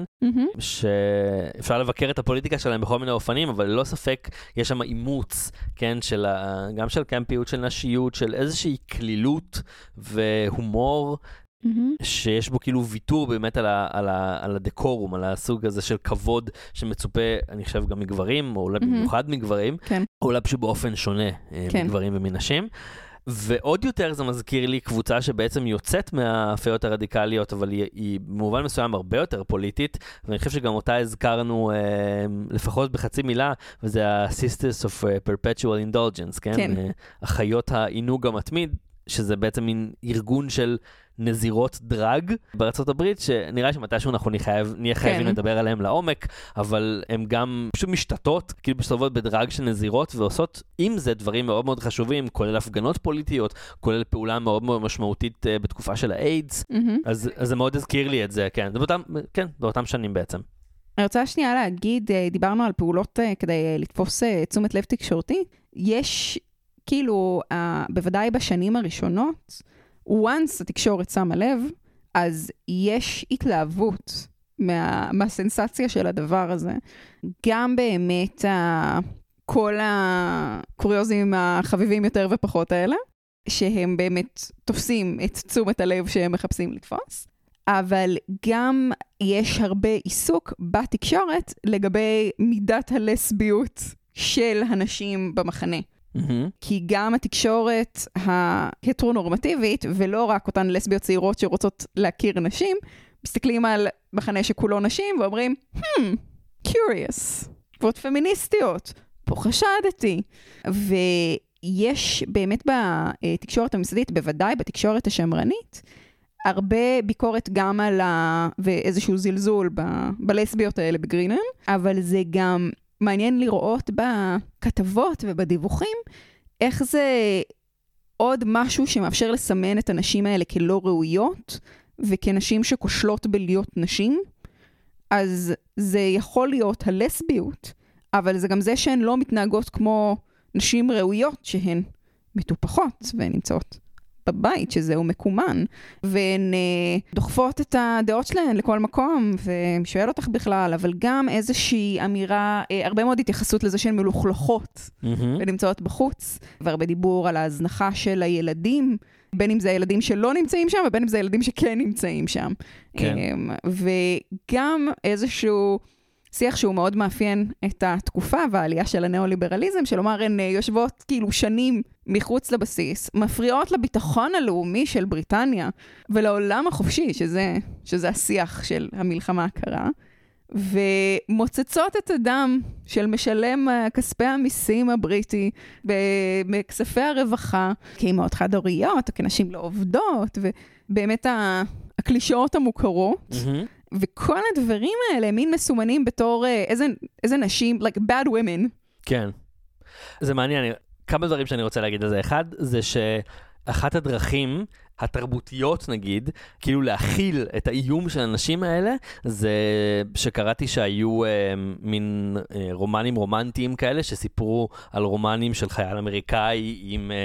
שאפשר לבקר את הפוליטיקה שלהם בכל מיני אופנים, אבל ללא ספק יש שם אימוץ, כן, גם של קמפיות, של נשיות, של איזושהי כלילות והומור, שיש בו כאילו ויתור באמת על הדקורום, על הסוג הזה של כבוד שמצופה, אני חושב, גם מגברים, או אולי במיוחד מגברים, או אולי פשוט באופן שונה מגברים ומנשים. ועוד יותר זה מזכיר לי קבוצה שבעצם יוצאת מהפריות הרדיקליות, אבל היא במובן מסוים הרבה יותר פוליטית, ואני חושב שגם אותה הזכרנו לפחות בחצי מילה, וזה ה-Sisters of Perpetual Indulgence, כן? החיות העינוג המתמיד, שזה בעצם מין ארגון של נזירות דרג בארצות הברית, שנראה שמתישהו אנחנו נהיה חייבים לדבר עליהם לעומק, אבל הם גם פשוט משתתות, כאילו משתתפות בדרג של נזירות, ועושות עם זה דברים מאוד מאוד חשובים, כולל הפגנות פוליטיות, כולל פעולה מאוד מאוד משמעותית בתקופה של האיידס, אז זה מאוד הזכיר לי את זה, כן, באותם שנים בעצם. אני רוצה שנייה להגיד, דיברנו על פעולות כדי לתפוס תשומת לב תקשורתי, יש כאילו, בוודאי בשנים הראשונות, once התקשורת שמה לב, אז יש התלהבות מהסנסציה של הדבר הזה. גם באמת כל הקוריוזים החביבים יותר ופחות האלה, שהם באמת תופסים את תשומת הלב שהם מחפשים לתפוס, אבל גם יש הרבה עיסוק בתקשורת לגבי מידת הלסביות של הנשים במחנה. כי גם התקשורת ההטרונורמטיבית, ולא רק אותן לסביות צעירות שרוצות להכיר נשים, מסתכלים על מחנה שכולו נשים ואומרים, curious, ועוד פמיניסטיות, פה חשדתי. ויש באמת בתקשורת הממסדית, בוודאי בתקשורת השמרנית, הרבה ביקורת גם על ואיזשהו זלזול בלסביות האלה בגרינם, אבל זה גם מעניין לראות בכתבות ובדיווחים, איך זה עוד משהו שמאפשר לסמן את הנשים האלה כלא ראויות, וכנשים שכושלות בלהיות נשים. אז זה יכול להיות הלסביות, אבל זה גם זה שהן לא מתנהגות כמו נשים ראויות, שהן מטופחות ונמצאות בבית, שזהו מקומן, והן דוחפות את הדעות שלהן לכל מקום, ושואל אותך בכלל, אבל גם איזושהי אמירה, הרבה מאוד התייחסות לזה שהן מלוכלכות, ונמצאות בחוץ, והרבה דיבור על ההזנחה של הילדים, בין אם זה הילדים שלא נמצאים שם, ובין אם זה הילדים שכן נמצאים שם. כן. וגם איזשהו שיח שהוא מאוד מאפיין את התקופה והעלייה של הנאו-ליברליזם, שלומר הן יושבות כאילו שנים מחוץ לבסיס, מפריעות לביטחון הלאומי של בריטניה, ולעולם החופשי, שזה השיח של המלחמה הקרה, ומוצצות את הדם של משלם כספי המיסים הבריטי בכספי הרווחה, כאימהות חד-הוריות, כנשים לא עובדות, ובאמת הקלישאות המוכרות, וכל הדברים האלה מין מסומנים בתור איזה נשים, like bad women. כן. זה מעניין. כמה דברים שאני רוצה להגיד על זה. אחד, זה שאחת הדרכים התרבותיות נגיד, כאילו להכיל את האיום של האנשים האלה, זה שקראתי שהיו מין רומנים רומנטיים כאלה, שסיפרו על רומנים של חייל אמריקאי עם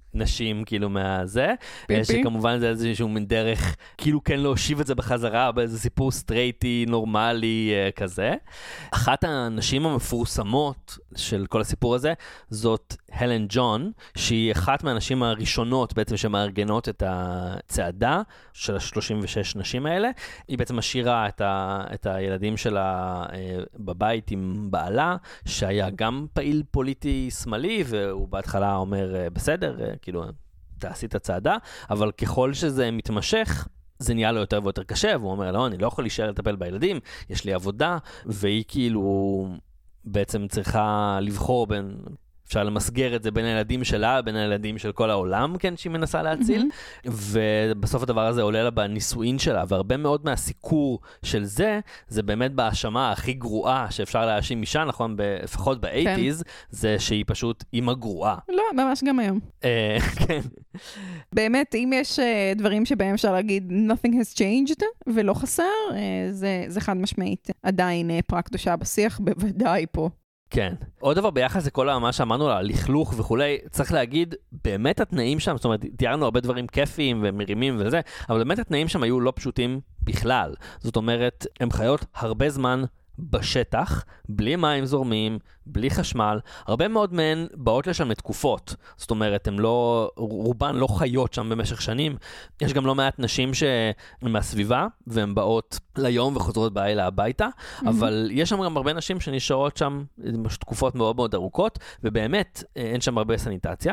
נשים כאילו מהזה, שכמובן זה איזשהו מין דרך כאילו כן להושיב את זה בחזרה באיזה סיפור סטרייטי, נורמלי כזה. אחת הנשים המפורסמות של כל הסיפור הזה זאת הלן ג'ון, שהיא אחת מהנשים הראשונות בעצם שמארגנות את הצעדה של 36 נשים האלה. היא בעצם משאירה את הילדים שלה בבית עם בעלה, שהיה גם פעיל פוליטי שמאלי, והוא בהתחלה אומר בסדר, כאילו תעשי את הצעדה, אבל ככל שזה מתמשך, זה נהיה לו יותר ויותר קשה, והוא אומר, לא, אני לא יכול להישאר לטפל בילדים, יש לי עבודה, והיא כאילו בעצם צריכה לבחור בין, אפשר למסגר את זה בין הילדים שלה, בין הילדים של כל העולם, כן, שהיא מנסה להציל, ובסוף הדבר הזה עולה לה בנישואין שלה, והרבה מאוד מהסיקור של זה, זה באמת בהאשמה הכי גרועה שאפשר להאשים אישה, נכון, לפחות ב-80s, זה שהיא פשוט אימא גרועה. לא, ממש גם היום. כן. באמת, אם יש דברים שבהם אפשר להגיד nothing has changed ולא חסר, זה חד משמעית עדיין פרה קדושה בשיח, בוודאי פה. כן. עוד דבר ביחס לכל מה שאמרנו לה, לכלוך וכולי, צריך להגיד, באמת התנאים שם, זאת אומרת, תיארנו הרבה דברים כיפיים ומרימים וזה, אבל באמת התנאים שם היו לא פשוטים בכלל. זאת אומרת, הם חיות הרבה זמן בשטח, בלי מים זורמים, בלי חשמל, הרבה מאוד מהן באות לשם לתקופות, זאת אומרת, רובן לא חיות שם במשך שנים, יש גם לא מעט נשים שהן מהסביבה, והן באות ליום וחוזרות בלילה הביתה, אבל יש שם גם הרבה נשים שנשארות שם תקופות מאוד מאוד ארוכות, ובאמת אין שם הרבה סניטציה,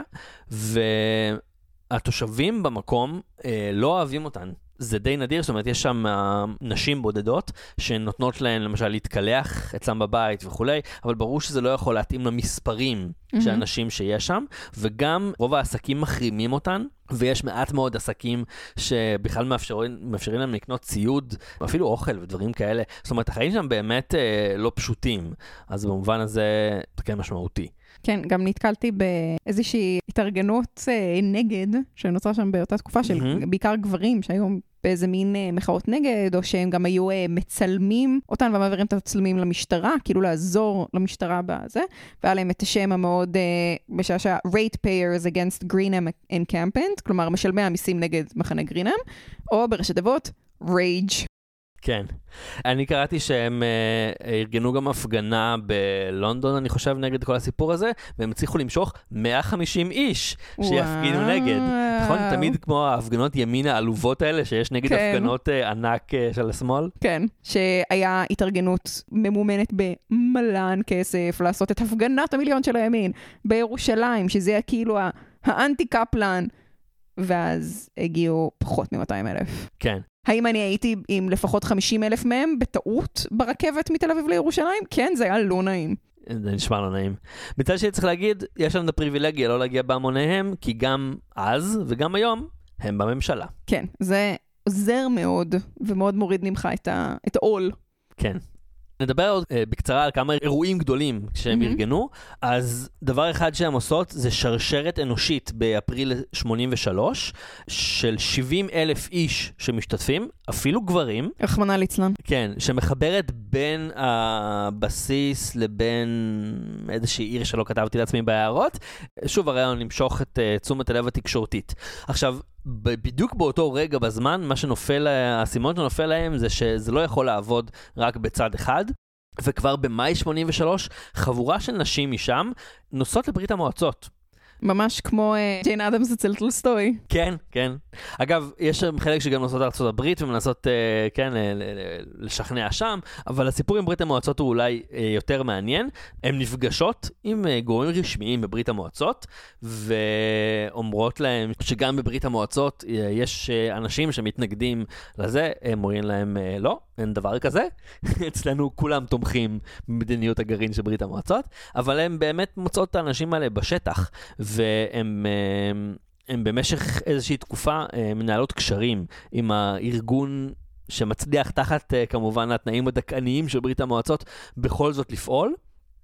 והתושבים במקום לא אוהבים אותן. זה די נדיר, זאת אומרת, יש שם נשים בודדות שנותנות להן למשל להתקלח אצלם בבית וכולי, אבל ברור שזה לא יכול להתאים למספרים של אנשים שיש שם, וגם רוב העסקים מחרימים אותן, ויש מעט מאוד עסקים שבכלל מאפשרים להם לקנות ציוד, אפילו אוכל ודברים כאלה. זאת אומרת, החיים שם באמת לא פשוטים, אז במובן הזה זה כן משמעותי. כן, גם נתקלתי באיזושהי התארגנות נגד, שנוצרה שם באותה תקופה של בעיקר גברים שהיו באיזה מין מחאות נגד, או שהם גם היו מצלמים אותן ומעבירים את הצלמים למשטרה, כאילו לעזור למשטרה בזה, והיה להם את השם המאוד בשעה Ratepayers Against Greenham Encampment, כלומר משלמי המיסים נגד מחנה גרינהאם, או בראשי תיבות Rage. כן. אני קראתי שהם ארגנו גם הפגנה בלונדון, אני חושב, נגד כל הסיפור הזה, והם הצליחו למשוך 150 איש שיפגינו נגד. נכון? תמיד כמו ההפגנות ימין העלובות האלה, שיש נגד הפגנות ענק של השמאל. כן, שהיה התארגנות ממומנת במלן כסף, לעשות את הפגנת המיליון של הימין בירושלים, שזה היה כאילו האנטי קפלן, ואז הגיעו פחות מ-200,000. כן. האם אני הייתי עם לפחות 50,000 מהם בטעות ברכבת מתל אביב לירושלים? כן, זה היה לא נעים. זה נשמע לא נעים. מצד שלי צריך להגיד, יש לנו את הפריבילגיה לא להגיע בהמוניהם, כי גם אז וגם היום הם בממשלה. כן, זה עוזר מאוד, ומאוד מוריד ממך את העול. כן. נדבר עוד בקצרה על כמה אירועים גדולים שהם ארגנו. אז דבר אחד שהם עושות זה שרשרת אנושית באפריל 83 של 70,000 איש שמשתתפים, אפילו גברים. רחמנא ליצלן. כן, שמחברת בין הבסיס לבין איזושהי עיר שלא כתבתי לעצמי בהערות. שוב הרעיון למשוך את תשומת הלב התקשורתית. עכשיו, בדיוק באותו רגע בזמן, מה שנופל, הסימון שנופל להם זה שזה לא יכול לעבוד רק בצד אחד, וכבר במאי 83 חבורה של נשים משם נוסעות לברית המועצות. ממש כמו ג'יין אדמס אצל טולסטוי. כן, כן. אגב, יש שם חלק שגם נוסעות לארצות הברית ומנסות, כן, לשכנע שם, אבל הסיפור עם ברית המועצות הוא אולי יותר מעניין. הן נפגשות עם גורמים רשמיים בברית המועצות, ואומרות להם שגם בברית המועצות יש אנשים שמתנגדים לזה, הם אומרים להם, לא, אין דבר כזה. אצלנו כולם תומכים במדיניות הגרעין של ברית המועצות, אבל הם באמת מוצאות את האנשים האלה בשטח, והם במשך איזושהי תקופה מנהלות קשרים עם הארגון שמצליח תחת כמובן התנאים הדכאניים של ברית המועצות בכל זאת לפעול,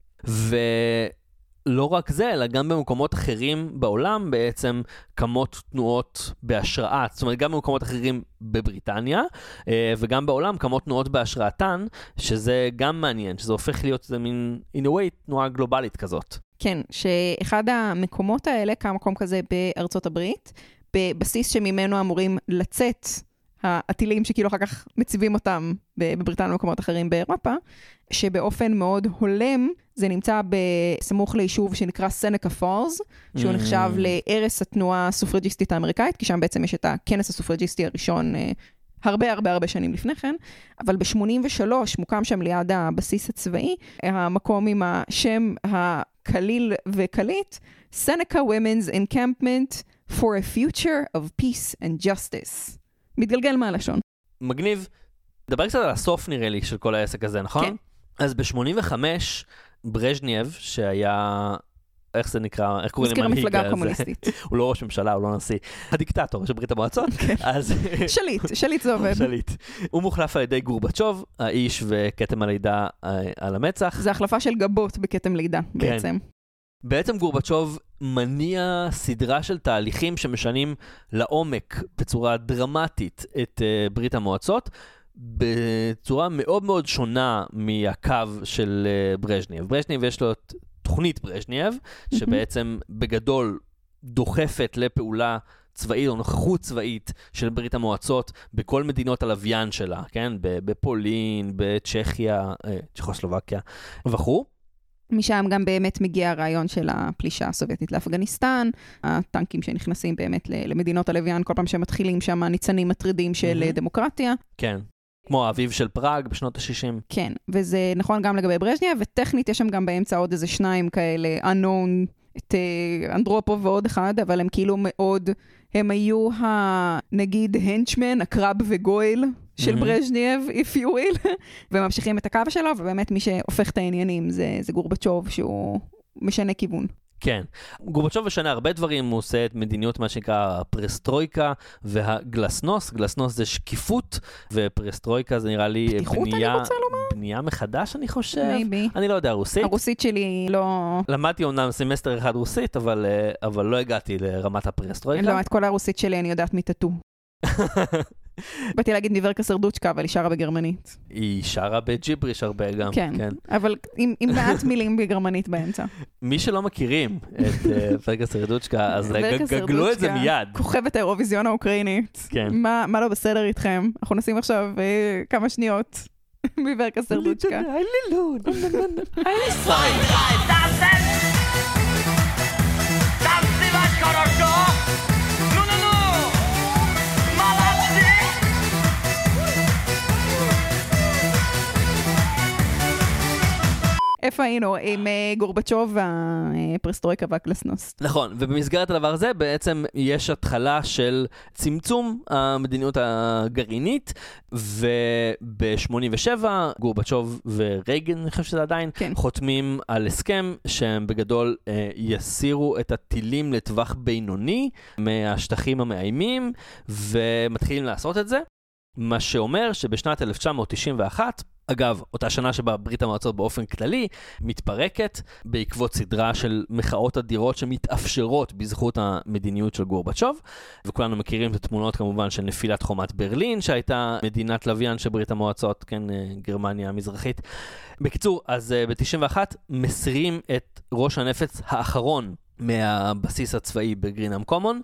ולא רק זה, אלא גם במקומות אחרים בעולם בעצם קמות תנועות בהשראה, זאת אומרת גם במקומות אחרים בבריטניה, וגם בעולם קמות תנועות בהשראתן, שזה גם מעניין, שזה הופך להיות איזה מין, in a way, תנועה גלובלית כזאת. כן, שאחד המקומות האלה, כמה מקום כזה בארצות הברית, בבסיס שממנו אמורים לצאת הטילים שכאילו אחר כך מציבים אותם בבריטניה ומקומות אחרים באירופה, שבאופן מאוד הולם, זה נמצא בסמוך ליישוב שנקרא סנקה פולס, שהוא נחשב לערש התנועה הסופרג'יסטית האמריקאית, כי שם בעצם יש את הכנס הסופרג'יסטי הראשון הרבה שנים לפני כן, אבל ב-83 מוקם שם ליד הבסיס הצבאי, המקום עם השם הקליל וקליט, Seneca Women's Encampment for a Future of Peace and Justice. מתגלגל מהלשון. מגניב. דבר קצת על הסוף נראה לי של כל העסק הזה, נכון? כן. אז ב-85 ברז'נייב, שהיה, איך זה נקרא, איך קוראים מזכיר המפלגה הקומוניסטית. הוא לא ראש ממשלה, הוא לא נשיא, הדיקטטור של ברית המועצות. אז שליט זה עובד. שליט. הוא מוחלף על ידי גורבצ'וב, האיש וכתם הלידה על המצח. זה החלפה של גבות בכתם לידה בעצם. בעצם גורבצ'וב מניע סדרה של תהליכים שמשנים לעומק בצורה דרמטית את ברית המועצות, בצורה מאוד מאוד שונה מהקו של ברז'נייב. ברז'נייב יש לו תוכנית ברז'נייב, שבעצם בגדול דוחפת לפעולה צבאית או נוכחות צבאית של ברית המועצות בכל מדינות הלוויין שלה, כן? בפולין, בצ'כיה, צ'כוסלובקיה וכו'. משם גם באמת מגיע הרעיון של הפלישה הסובייטית לאפגניסטן, הטנקים שנכנסים באמת למדינות הלוויין, כל פעם שמתחילים שם ניצנים מטרידים של דמוקרטיה. כן, כמו האביב של פראג בשנות ה-60. כן, וזה נכון גם לגבי ברז'נייב, וטכנית יש שם גם באמצע עוד איזה שניים כאלה, unknown, את אנדרופוב ועוד אחד, אבל הם כאילו מאוד, הם היו נגיד הנצ'מן, הקרב וגויל של ברז'נייב, if you will, וממשיכים את הקו שלו, ובאמת מי שהופך את העניינים זה גורבצ'וב, שהוא משנה כיוון. כן, גורבצ'וב משנה הרבה דברים, הוא עושה את מדיניות מה שנקרא הפרסטרויקה והגלסנוס, גלסנוס זה שקיפות, ופרסטרויקה זה נראה לי בנייה מחדש אני חושב, אני לא יודע רוסית. הרוסית שלי לא... למדתי אומנם סמסטר אחד רוסית, אבל לא הגעתי לרמת הפרסטרויקה. לא, את כל הרוסית שלי אני יודעת מטאטו. באתי להגיד ניברקה סרדוצ'קה, אבל היא שרה בגרמנית. היא שרה בג'יבריש הרבה גם. כן, אבל עם מעט מילים בגרמנית באמצע. מי שלא מכירים את ניברקה סרדוצ'קה, אז גגלו את זה מיד. כוכבת האירוויזיון האוקראינית. מה לא בסדר איתכם? אנחנו נשים עכשיו כמה שניות מניברקה סרדוצ'קה. איפה היינו? עם גורבצ'וב והפרסטרויקה והגלסנוס. נכון, ובמסגרת הדבר הזה בעצם יש התחלה של צמצום המדיניות הגרעינית, וב-87 גורבצ'וב ורייגן, אני חושב שזה עדיין, חותמים על הסכם שהם בגדול יסירו את הטילים לטווח בינוני מהשטחים המאיימים, ומתחילים לעשות את זה. מה שאומר שבשנת 1991, אגב, אותה שנה שבה ברית המועצות באופן כללי מתפרקת בעקבות סדרה של מחאות אדירות שמתאפשרות בזכות המדיניות של גורבצ'וב, וכולנו מכירים את התמונות כמובן של נפילת חומת ברלין, שהייתה מדינת לוויין של ברית המועצות, כן, גרמניה המזרחית. בקיצור, אז ב-91 מסירים את ראש הנפץ האחרון מהבסיס הצבאי בגרינהאם קומון,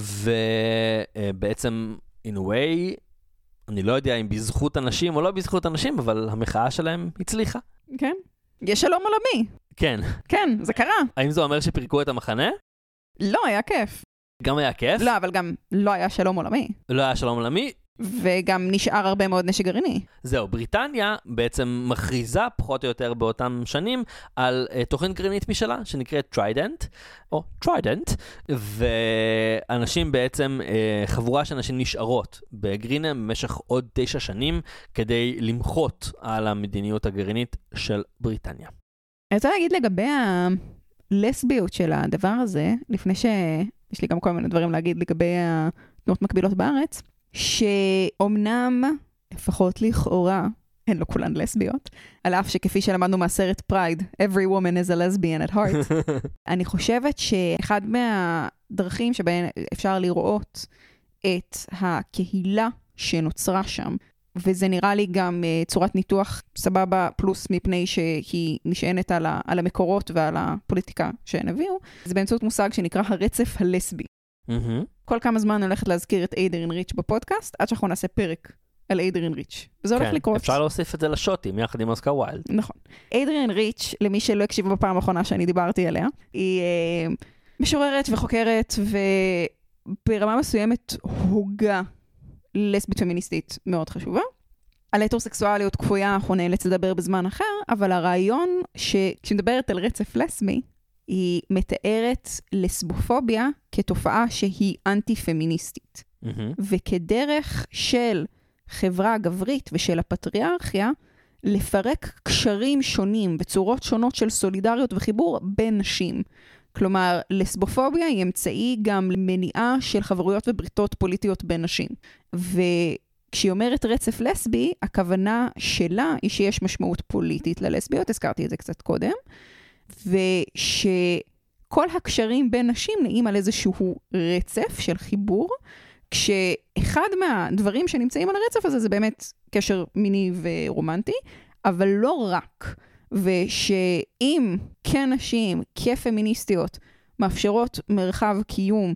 ובעצם, in a way, אני לא יודע אם בזכות אנשים או לא בזכות אנשים, אבל המחאה שלהם הצליחה. כן. יש שלום עולמי. כן. כן, זה קרה. האם זה אומר שפרקו את המחנה? לא, היה כיף. גם היה כיף? לא, אבל גם לא היה שלום עולמי. לא היה שלום עולמי. וגם נשאר הרבה מאוד נשק גרעיני. זהו, בריטניה בעצם מכריזה פחות או יותר באותם שנים על תוכנית גרעינית משלה, שנקראת טריידנט, או טריידנט, ואנשים בעצם, חבורה של אנשים נשארות בגרינהאם במשך עוד 9 שנים, כדי למחות על המדיניות הגרעינית של בריטניה. אני רוצה להגיד לגבי הלסביות של הדבר הזה, לפני שיש לי גם כל מיני דברים להגיד לגבי התנועות מקבילות בארץ, שאומנם, לפחות לכאורה, הן לא כולן לסביות, על אף שכפי שלמדנו מהסרט פרייד, every woman is a lesbian at heart, אני חושבת שאחד מהדרכים שבהן אפשר לראות את הקהילה שנוצרה שם, וזה נראה לי גם צורת ניתוח סבבה פלוס מפני שהיא נשענת על המקורות ועל הפוליטיקה שהן הביאו. זה באמצעות מושג שנקרא הרצף הלסבי. כל כמה זמן הולכת להזכיר את איידריאן ריץ' בפודקאסט, עד שאנחנו נעשה פרק על איידריאן ריץ'. וזה הולך לקרות. אפשר להוסיף את זה לשוטים, יחד עם אוסקר ויילד. נכון. איידריאן ריץ', למי שלא הקשיב בפעם האחרונה שאני דיברתי עליה, היא משוררת וחוקרת, וברמה מסוימת הוגה לסבית פמיניסטית מאוד חשובה. על הטרוסקסואליות כפויה אנחנו נאלץ לדבר בזמן אחר, אבל הרעיון שכשמדברת על רצף לסבי, היא מתארת לסבופוביה כתופעה שהיא אנטי-פמיניסטית. וכדרך של חברה גברית ושל הפטריארכיה, לפרק קשרים שונים וצורות שונות של סולידריות וחיבור בין נשים. כלומר, לסבופוביה היא אמצעי גם למניעה של חברויות ובריתות פוליטיות בין נשים. וכשהיא אומרת רצף לסבי, הכוונה שלה היא שיש משמעות פוליטית ללסביות, הזכרתי את זה קצת קודם, ושכל הקשרים בין נשים נעים על איזשהו רצף של חיבור, כשאחד מהדברים שנמצאים על הרצף הזה זה באמת קשר מיני ורומנטי, אבל לא רק. ושאם כנשים, כפמיניסטיות, מאפשרות מרחב קיום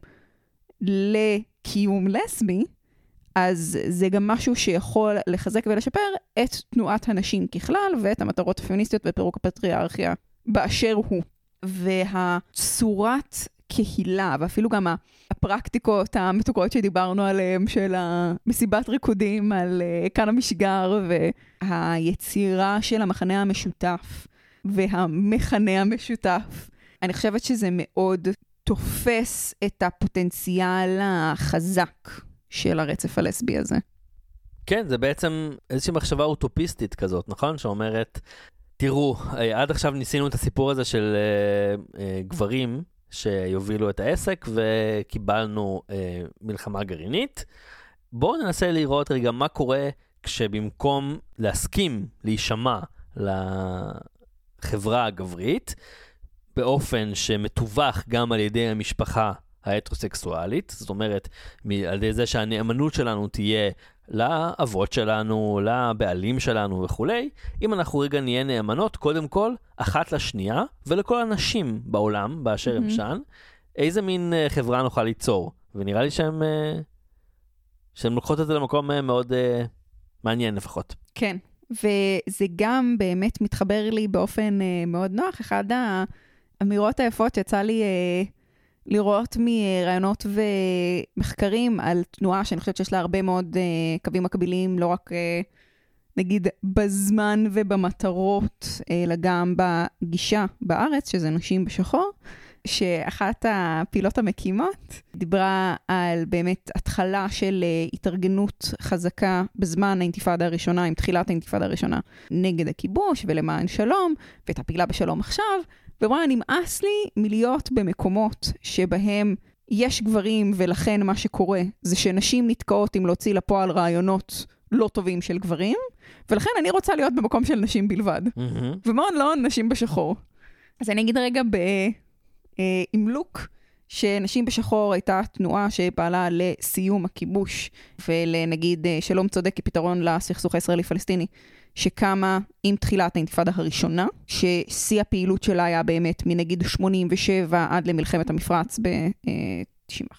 לקיום לסבי, אז זה גם משהו שיכול לחזק ולשפר את תנועת הנשים ככלל, ואת המטרות הפמיניסטיות ופירוק הפטריארכיה באשר הוא. והצורת קהילה, ואפילו גם הפרקטיקות המתוקות שדיברנו עליהן, של המסיבת ריקודים על כאן המשגר, והיצירה של המחנה המשותף, והמחנה המשותף. אני חושבת שזה מאוד תופס את הפוטנציאל החזק של הרצף הלסבי הזה. כן, זה בעצם איזושהי מחשבה אוטופיסטית כזאת, נכון? שאומרת, תראו, עד עכשיו ניסינו את הסיפור הזה של גברים שיובילו את העסק, וקיבלנו מלחמה גרעינית. בואו ננסה לראות רגע מה קורה כשבמקום להסכים להישמע לחברה הגברית, באופן שמתווך גם על ידי המשפחה ההטרוסקסואלית, זאת אומרת, על ידי זה שהנאמנות שלנו תהיה לאבות שלנו, לבעלים שלנו וכו'. אם אנחנו רגע נהיה נאמנות, קודם כל, אחת לשנייה, ולכל הנשים בעולם, באשר הם שם, איזה מין חברה נוכל ליצור. ונראה לי שהן לוקחות את זה למקום מאוד מעניין לפחות. כן, וזה גם באמת מתחבר לי באופן מאוד נוח. אחד האמירות היפות שיצא לי לראות מרעיונות ומחקרים על תנועה שאני חושבת שיש לה הרבה מאוד קווים מקבילים, לא רק נגיד בזמן ובמטרות, אלא גם בגישה בארץ, שזה נשים בשחור, שאחת הפעילות המקימות דיברה על באמת התחלה של התארגנות חזקה בזמן האינתיפאדה הראשונה, עם תחילת האינתיפאדה הראשונה, נגד הכיבוש ולמען שלום, ואת הפעילה בשלום עכשיו, ואומרה, נמאס לי מלהיות במקומות שבהם יש גברים, ולכן מה שקורה זה שנשים נתקעות עם להוציא לפועל רעיונות לא טובים של גברים, ולכן אני רוצה להיות במקום של נשים בלבד. ומאוד לא נשים בשחור. אז אני אגיד רגע עם לוק, שנשים בשחור הייתה תנועה שפעלה לסיום הכיבוש, ולנגיד שלום צודק כפתרון לסכסוך הישראלי-פלסטיני, שקמה עם תחילת האינתיפאדה הראשונה, ששיא הפעילות שלה היה באמת מנגיד 87 עד למלחמת המפרץ ב-91,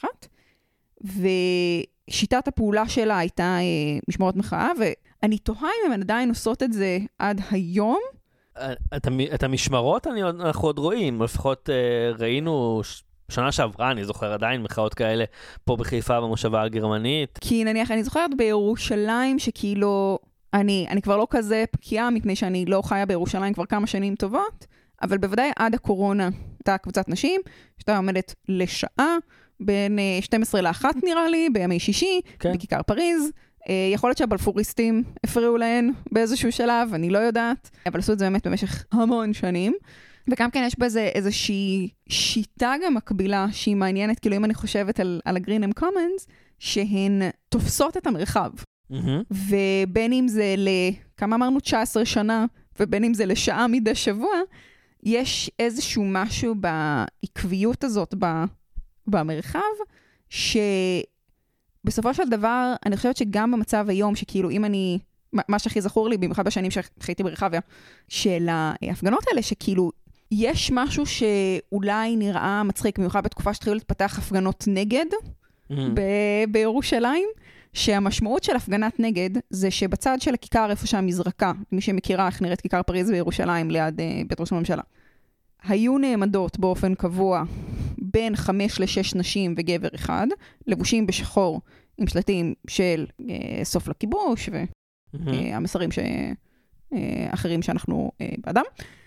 ושיטת הפעולה שלה הייתה משמרות מחאה, ואני תוהה אם הן עדיין עושות את זה עד היום. את המשמרות אנחנו עוד רואים, לפחות ראינו שנה שעברה, אני זוכר עדיין מחאות כאלה פה בחיפה במושבה הגרמנית. כי נניח, אני זוכרת בירושלים שכאילו, אני כבר לא כזה פקיעה, מפני שאני לא חיה בירושלים כבר כמה שנים טובות, אבל בוודאי עד הקורונה הייתה קבוצת נשים, שהייתה עומדת לשעה, בין 12 ל-1 נראה לי, בימי שישי, כן. בכיכר פריז. יכול להיות שהבלפוריסטים הפריעו להן באיזשהו שלב, אני לא יודעת, אבל עשו את זה באמת במשך המון שנים. וגם כן יש בזה איזושהי שיטה גם מקבילה שהיא מעניינת, כאילו אם אני חושבת על ה-Greenham Commons, שהן תופסות את המרחב. ובין אם זה כמה אמרנו 19 שנה, ובין אם זה לשעה מדי שבוע, יש איזשהו משהו בעקביות הזאת במרחב, בסופו של דבר, אני חושבת שגם במצב היום, שכאילו אם אני, מה שהכי זכור לי, במיוחד בשנים שחייתי ברחביה, של ההפגנות האלה, שכאילו יש משהו שאולי נראה מצחיק, במיוחד בתקופה שתחילו להתפתח הפגנות נגד בירושלים, שהמשמעות של הפגנת נגד, זה שבצד של הכיכר איפה שהמזרקה, מי שמכירה איך נראית כיכר פריז בירושלים, ליד בית ראש הממשלה, היו נעמדות באופן קבוע בין 5 ל-6 נשים וגבר אחד, לבושים בשחור עם שלטים של סוף לכיבוש והמסרים אחרים שאנחנו באדם.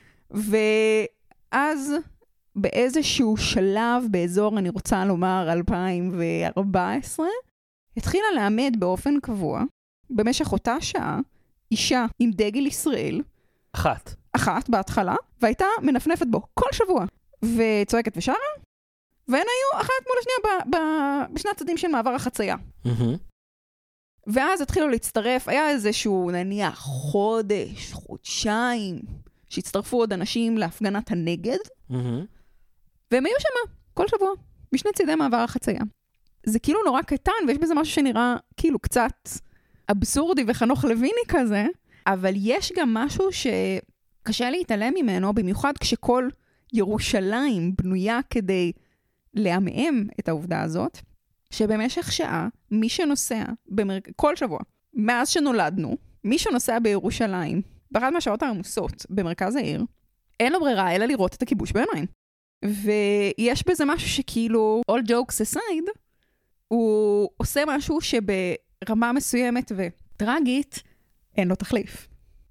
ואז באיזשהו שלב באזור, אני רוצה לומר 2014, התחילה לעמד באופן קבוע, במשך אותה שעה, אישה עם דגל ישראל. אחת בהתחלה, והייתה מנפנפת בו כל שבוע, וצועקת ושרה, והן היו אחת מול השנייה בשני הצדים של מעבר החצייה. ואז התחילו להצטרף, היה איזשהו נניח חודש, חודשיים, שהצטרפו עוד אנשים להפגנת הנגד, והם היו שמה כל שבוע, בשני צידי מעבר החצייה. זה כאילו נורא קטן, ויש בזה משהו שנראה כאילו קצת אבסורדי וחנוך לויני כזה, אבל יש גם משהו שקשה להתעלם ממנו, במיוחד כשכל ירושלים בנויה כדי להמאם את העובדה הזאת, שבמשך שעה, מי שנוסע, כל שבוע, מאז שנולדנו, מי שנוסע בירושלים, באחת מהשעות העמוסות במרכז העיר, אין לו ברירה אלא לראות את הכיבוש בעיניים. ויש בזה משהו שכאילו, all jokes aside, הוא עושה משהו שברמה מסוימת וטרגית, אין לו תחליף.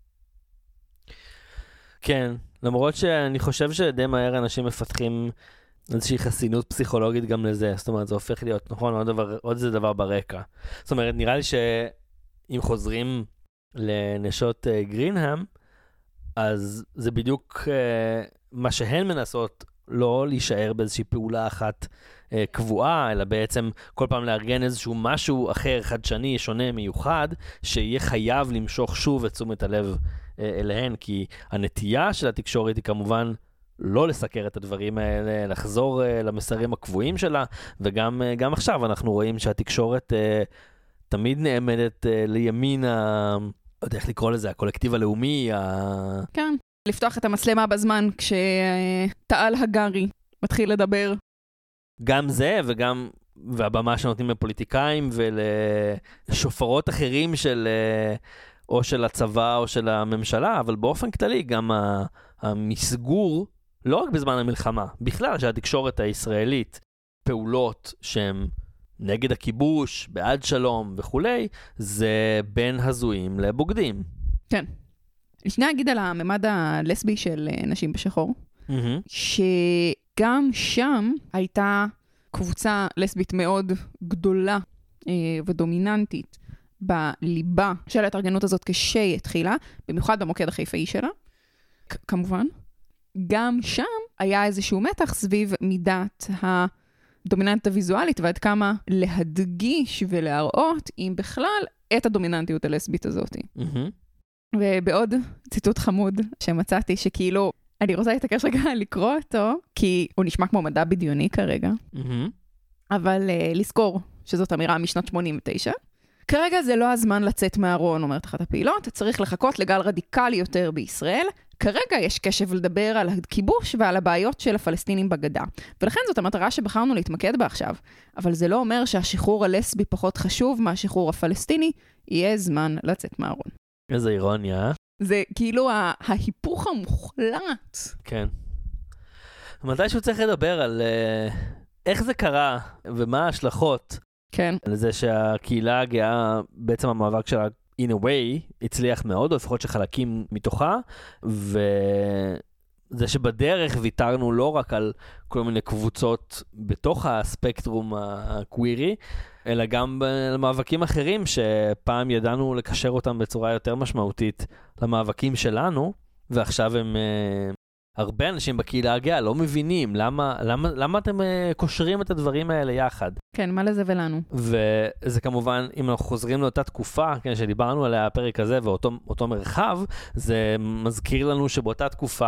כן, למרות שאני חושב שדי מהר אנשים מפתחים איזושהי חסינות פסיכולוגית גם לזה. זאת אומרת, זה הופך להיות, נכון, עוד איזה דבר ברקע. זאת אומרת, נראה לי שאם חוזרים לנשות גרינהאם, אז זה בדיוק מה שהן מנסות, לא להישאר באיזושהי פעולה אחת קבועה, אלא בעצם כל פעם לארגן איזשהו משהו אחר, חדשני, שונה, מיוחד, שיהיה חייב למשוך שוב את תשומת הלב אליהן, כי הנטייה של התקשורת היא כמובן לא לסקר את הדברים האלה, לחזור למסרים הקבועים שלה, וגם עכשיו אנחנו רואים שהתקשורת תמיד נעמדת לימין, לא יודע איך לקרוא לזה, הקולקטיב הלאומי. כן, לפתוח את המצלמה בזמן כשתעל הגרי מתחיל לדבר. גם זה וגם, והבמה שנותנים לפוליטיקאים ולשופרות אחרים של, או של הצבא או של הממשלה, אבל באופן כללי גם המסגור, לא רק בזמן המלחמה, בכלל שהתקשורת הישראלית, פעולות שהן נגד הכיבוש, בעד שלום וכולי, זה בין הזויים לבוגדים. כן. לפני אגיד על הממד הלסבי של נשים בשחור, שגם שם הייתה קבוצה לסבית מאוד גדולה ודומיננטית בליבה של ההתארגנות הזאת כשהיא התחילה, במיוחד במוקד החיפאי שלה, כמובן. גם שם היה איזשהו מתח סביב מידת הדומיננטיות הוויזואלית, ועד כמה להדגיש ולהראות, אם בכלל, את הדומיננטיות הלסבית הזאת. ובעוד ציטוט חמוד שמצאתי, שכאילו, אני רוצה להתעקש רגע לקרוא אותו, כי הוא נשמע כמו מדע בדיוני כרגע, אבל לזכור שזאת אמירה משנת 89. כרגע זה לא הזמן לצאת מהארון, אומרת אחת הפעילות, צריך לחכות לגל רדיקלי יותר בישראל. כרגע יש קשב לדבר על הכיבוש ועל הבעיות של הפלסטינים בגדה. ולכן זאת המטרה שבחרנו להתמקד בה עכשיו. אבל זה לא אומר שהשחרור הלסבי פחות חשוב מהשחרור הפלסטיני, יהיה זמן לצאת מהארון. איזה אירוניה. זה כאילו ההיפוך המוחלט. כן. מתי שהוא צריך לדבר על איך זה קרה ומה ההשלכות. כן. לזה שהקהילה הגאה, בעצם המאבק שלה, in a way, הצליח מאוד, או לפחות שחלקים מתוכה, וזה שבדרך ויתרנו לא רק על כל מיני קבוצות בתוך הספקטרום הקווירי, אלא גם למאבקים אחרים שפעם ידענו לקשר אותם בצורה יותר משמעותית למאבקים שלנו, ועכשיו הם הרבה אנשים בקהילה הגאה לא מבינים למה אתם קושרים את הדברים האלה יחד. כן, מה לזה ולנו? וזה כמובן, אם אנחנו חוזרים לאותה תקופה, כן, שדיברנו עליה הפרק הזה ואותו מרחב, זה מזכיר לנו שבאותה תקופה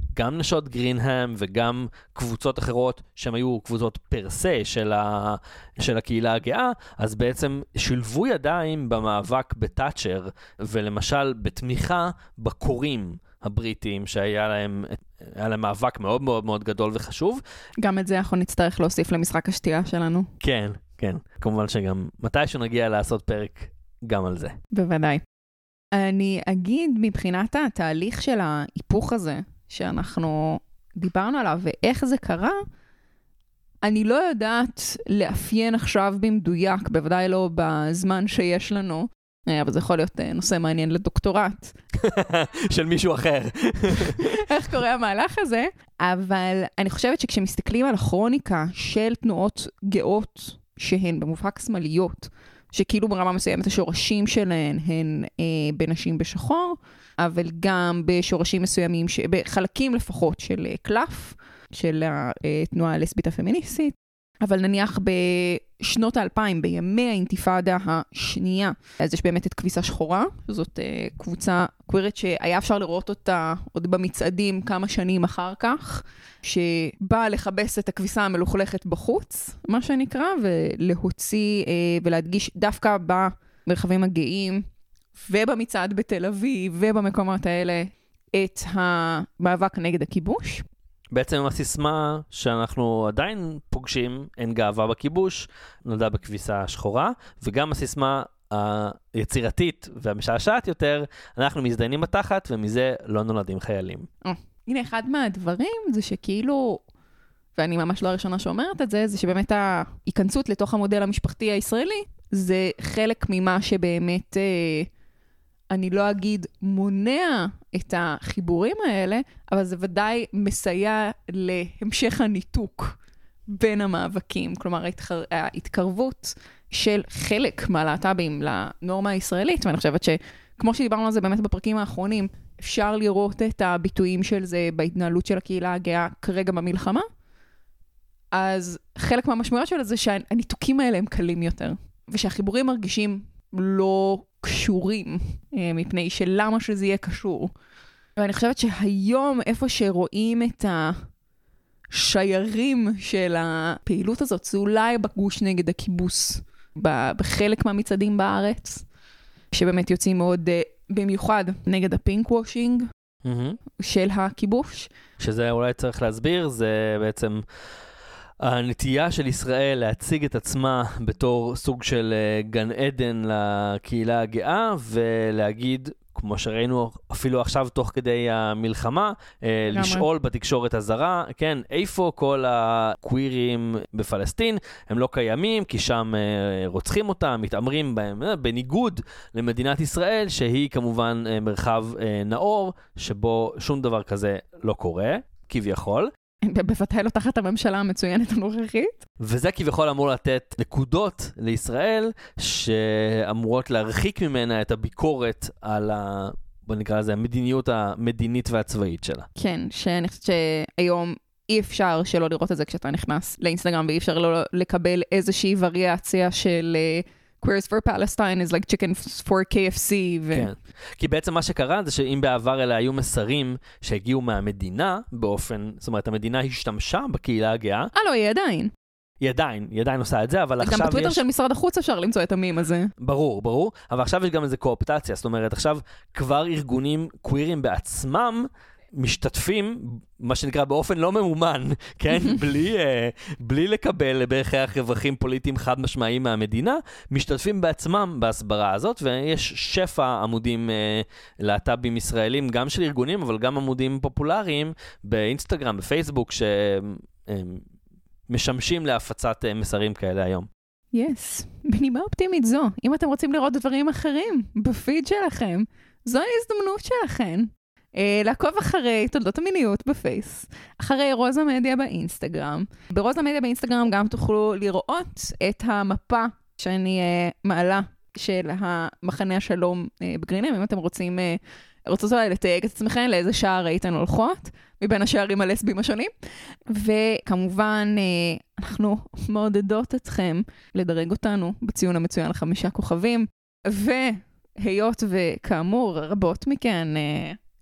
גם נשות גרינהאם וגם קבוצות אחרות שהן היו קבוצות פרסה של הקהילה הגאה, אז בעצם שילבו ידיים במאבק בטאצ'ר, ולמשל בתמיכה בקוראים הבריטים, שהיה להם מאבק מאוד מאוד מאוד גדול וחשוב. גם את זה אנחנו נצטרך להוסיף למשחק השתייה שלנו. כן, כן. כמובן שגם מתישהו נגיע לעשות פרק גם על זה. בוודאי. אני אגיד מבחינת התהליך של ההיפוך הזה, שאנחנו דיברנו עליו ואיך זה קרה, אני לא יודעת לאפיין עכשיו במדויק, בוודאי לא בזמן שיש לנו, אבל זה יכול להיות נושא מעניין לדוקטורט. של מישהו אחר. איך קורה המהלך הזה? אבל אני חושבת שכשמסתכלים על הכרוניקה של תנועות גאות, שהן במובהק שמאליות, שכאילו ברמה מסוימת השורשים שלהן הן בנשים בשחור, אבל גם בשורשים מסוימים, בחלקים לפחות של קלף, של התנועה הלסבית הפמיניסטית, אבל נניח בשנות ה-2000, בימי האינתיפאדה השנייה, אז יש באמת את כביסה שחורה, זאת קבוצה קווירית שהיה אפשר לראות אותה עוד במצעדים כמה שנים אחר כך, שבאה לחבש את הכביסה המלוכלכת בחוץ, מה שנקרא, ולהוציא ולהדגיש דווקא במרחבים הגאים, ובמצעד בתל אביב, ובמקומות האלה, את המאבק נגד הכיבוש. בעצם הסיסמה שאנחנו עדיין פוגשים, אין גאווה בכיבוש, נולדה בכביסה שחורה, וגם הסיסמה היצירתית והמשעשעת יותר, אנחנו מזדיינים בתחת, ומזה לא נולדים חיילים. הנה, אחד מהדברים זה שכאילו, ואני ממש לא הראשונה שאומרת את זה, זה שבאמת ההיכנסות לתוך המודל המשפחתי הישראלי, זה חלק ממה שבאמת, אני לא אגיד מונע את החיבורים האלה, אבל זה ודאי מסייע להמשך הניתוק בין המאבקים. כלומר, ההתקרבות של חלק מהלהט"בים לנורמה הישראלית, ואני חושבת שכמו שדיברנו על זה באמת בפרקים האחרונים, אפשר לראות את הביטויים של זה בהתנהלות של הקהילה הגאה כרגע במלחמה, אז חלק מהמשמעויות של זה שהניתוקים האלה הם קלים יותר, ושהחיבורים מרגישים לא קשורים, מפני שלמה שזה יהיה קשור. ואני חושבת שהיום איפה שרואים את השיירים של הפעילות הזאת, זה אולי בגוש נגד הכיבוס, בחלק מהמצעדים בארץ, שבאמת יוצאים מאוד במיוחד נגד הפינק וושינג של הכיבוש. שזה אולי צריך להסביר, זה בעצם הנטייה של ישראל להציג את עצמה בתור סוג של גן עדן לקהילה הגאה, ולהגיד, כמו שראינו אפילו עכשיו תוך כדי המלחמה, לשאול בתקשורת הזרה, כן, איפה כל הקווירים בפלסטין, הם לא קיימים, כי שם רוצחים אותם, מתאמרים בהם, בניגוד למדינת ישראל, שהיא כמובן מרחב נאור, שבו שום דבר כזה לא קורה, כביכול. בוודאי לא תחת הממשלה המצוינת הנוכחית. וזה כביכול אמור לתת נקודות לישראל, שאמורות להרחיק ממנה את הביקורת על בוא נקרא לזה, המדיניות המדינית והצבאית שלה. כן, שאני חושבת שהיום אי אפשר שלא לראות את זה כשאתה נכנס לאינסטגרם, ואי אפשר לא לקבל איזושהי וריאציה של Queers for Palestine is like chicken for KFC. כן. כי בעצם מה שקרה זה שאם בעבר אלה היו מסרים שהגיעו מהמדינה באופן, זאת אומרת, המדינה השתמשה בקהילה הגאה. לא, היא עדיין. היא עדיין עושה את זה, אבל עכשיו יש... גם בטוויטר של משרד החוץ אפשר למצוא את המים הזה. ברור, אבל עכשיו יש גם איזו קואפטציה, זאת אומרת, עכשיו כבר ארגונים קווירים בעצמם משתתפים, מה שנקרא באופן לא ממומן, כן? בלי לקבל בהכרח רווחים פוליטיים חד משמעיים מהמדינה, משתתפים בעצמם בהסברה הזאת, ויש שפע עמודים להט"בים ישראלים, גם של ארגונים, אבל גם עמודים פופולריים באינסטגרם, בפייסבוק, שמשמשים להפצת מסרים כאלה היום. Yes, בנימה אופטימית זו. אם אתם רוצים לראות דברים אחרים בפיד שלכם, זו ההזדמנות שלכם. לעקוב אחרי תולדות המיניות בפייס, אחרי רוזה מדיה באינסטגרם. ברוזה מדיה באינסטגרם גם תוכלו לראות את המפה שאני מעלה של המחנה השלום בגרינהאם, אם אתם רוצים אולי לתייג את עצמכם לאיזה שער הייתן הולכות, מבין השערים הלסביים השונים. וכמובן, אנחנו מעודדות אתכם לדרג אותנו בציון המצוין 5 כוכבים, והיות וכאמור, רבות מכן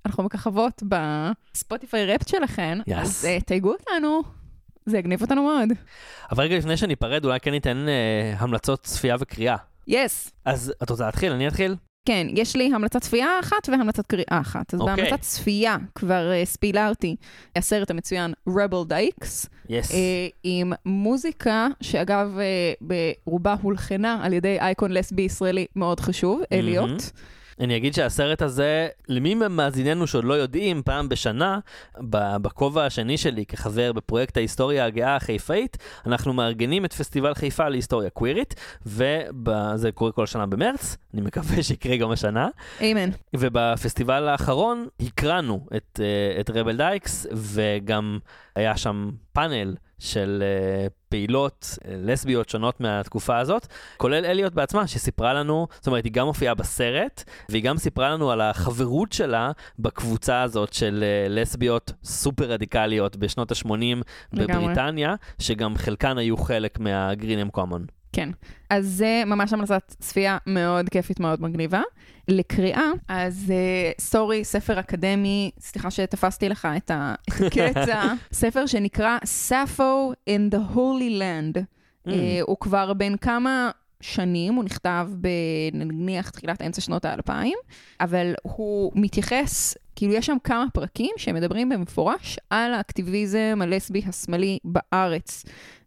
אנחנו מככבות בספוטיפיי רפט שלכן, Yes. אז תייגו אותנו, זה יגניב אותנו מאוד. אבל רגע לפני שאני אפרד, אולי כן ניתן המלצות צפייה וקריאה. יס. אז את רוצה להתחיל? אני אתחיל? כן, יש לי המלצת צפייה אחת והמלצת קריאה אחת. אז בהמלצת צפייה כבר ספילרתי הסרט המצוין Rebel Dykes, Yes. עם מוזיקה שאגב ברובה הולחנה על ידי אייקון לסבי ישראלי מאוד חשוב, אליוט. אני אגיד שהסרט הזה, למי ממאזיננו שעוד לא יודעים, פעם בשנה, בכובע השני שלי כחבר בפרויקט ההיסטוריה הגאה החיפאית, אנחנו מארגנים את פסטיבל חיפה להיסטוריה קווירית, וזה קורה כל שנה במרץ, אני מקווה שיקרה גם השנה. אמן. ובפסטיבל האחרון הקראנו את רבל דייקס, וגם היה שם פאנל של פעילות לסביות שונות מהתקופה הזאת, כולל אליוט בעצמה שסיפרה לנו, זאת אומרת היא גם הופיעה בסרט, והיא גם סיפרה לנו על החברות שלה בקבוצה הזאת של לסביות סופר רדיקליות בשנות ה-80 בבריטניה, שגם חלקן היו חלק מהגרינהאם קומון. כן, אז זה ממש המלצת צפייה מאוד כיפית, מאוד מגניבה. לקריאה, אז סורי, ספר אקדמי, סליחה שתפסתי לך את הקטע, ספר שנקרא Sappho in the Holy Land. הוא כבר בין כמה שנים, הוא נכתב בנניח תחילת אמצע שנות ה-2000, אבל הוא מתייחס, כאילו יש שם כמה פרקים שמדברים במפורש על האקטיביזם הלסבי השמאלי בארץ,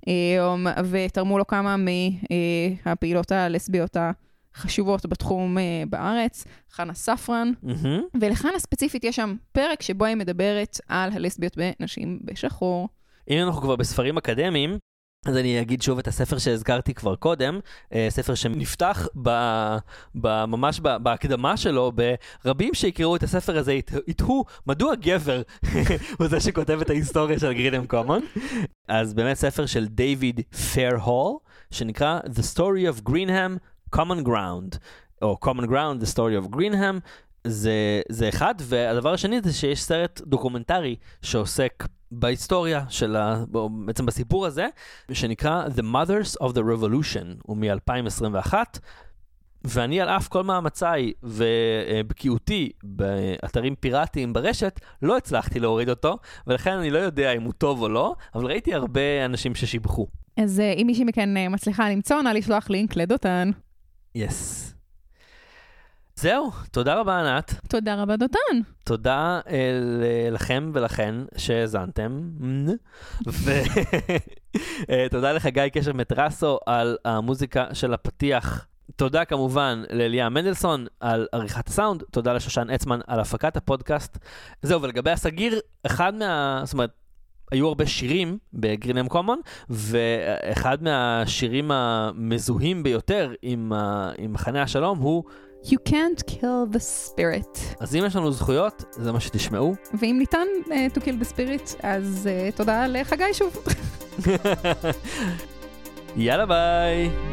ותרמו לו כמה מהפעילות הלסביות החשובות בתחום בארץ, חנה ספרן, ולחנה ספציפית יש שם פרק שבו היא מדברת על הלסביות בנשים בשחור. אם אנחנו כבר בספרים אקדמיים, אז אני אגיד שוב את הספר שהזכרתי כבר קודם, ספר שנפתח ממש בהקדמה שלו, ברבים שיקראו את הספר הזה, יתהו מדוע גבר הוא זה שכותב את ההיסטוריה של גרינהאם קומון. אז באמת ספר של דיוויד פיירהול, שנקרא The Story of Greenham, Common Ground, או Common Ground, The Story of Greenham, זה אחד, והדבר השני זה שיש סרט דוקומנטרי שעוסק בהיסטוריה של בעצם בסיפור הזה, שנקרא The Mothers of the Revolution, הוא מ-2021, ואני על אף כל מאמציי ובקיאותי באתרים פיראטיים ברשת, לא הצלחתי להוריד אותו, ולכן אני לא יודע אם הוא טוב או לא, אבל ראיתי הרבה אנשים ששיבחו. אז אם מישהי מכן מצליחה למצוא, נא לשלוח לינק לדותן. יס. זהו, תודה רבה ענת. תודה רבה דותן. תודה לכם ולכן שהזנתם. ותודה לך גיא קשר מטרסו על המוזיקה של הפתיח. תודה כמובן לליה מנדלסון על עריכת הסאונד. תודה לשושן עצמן על הפקת הפודקאסט. זהו, ולגבי הסגיר, זאת אומרת, היו הרבה שירים בגרינהאם קומון, ואחד מהשירים המזוהים ביותר עם מחנה השלום הוא You can't kill the spirit. אז אם יש לנו זכויות, זה מה שתשמעו. ואם ניתן to kill the spirit, אז תודה לחגי שוב. יאללה ביי.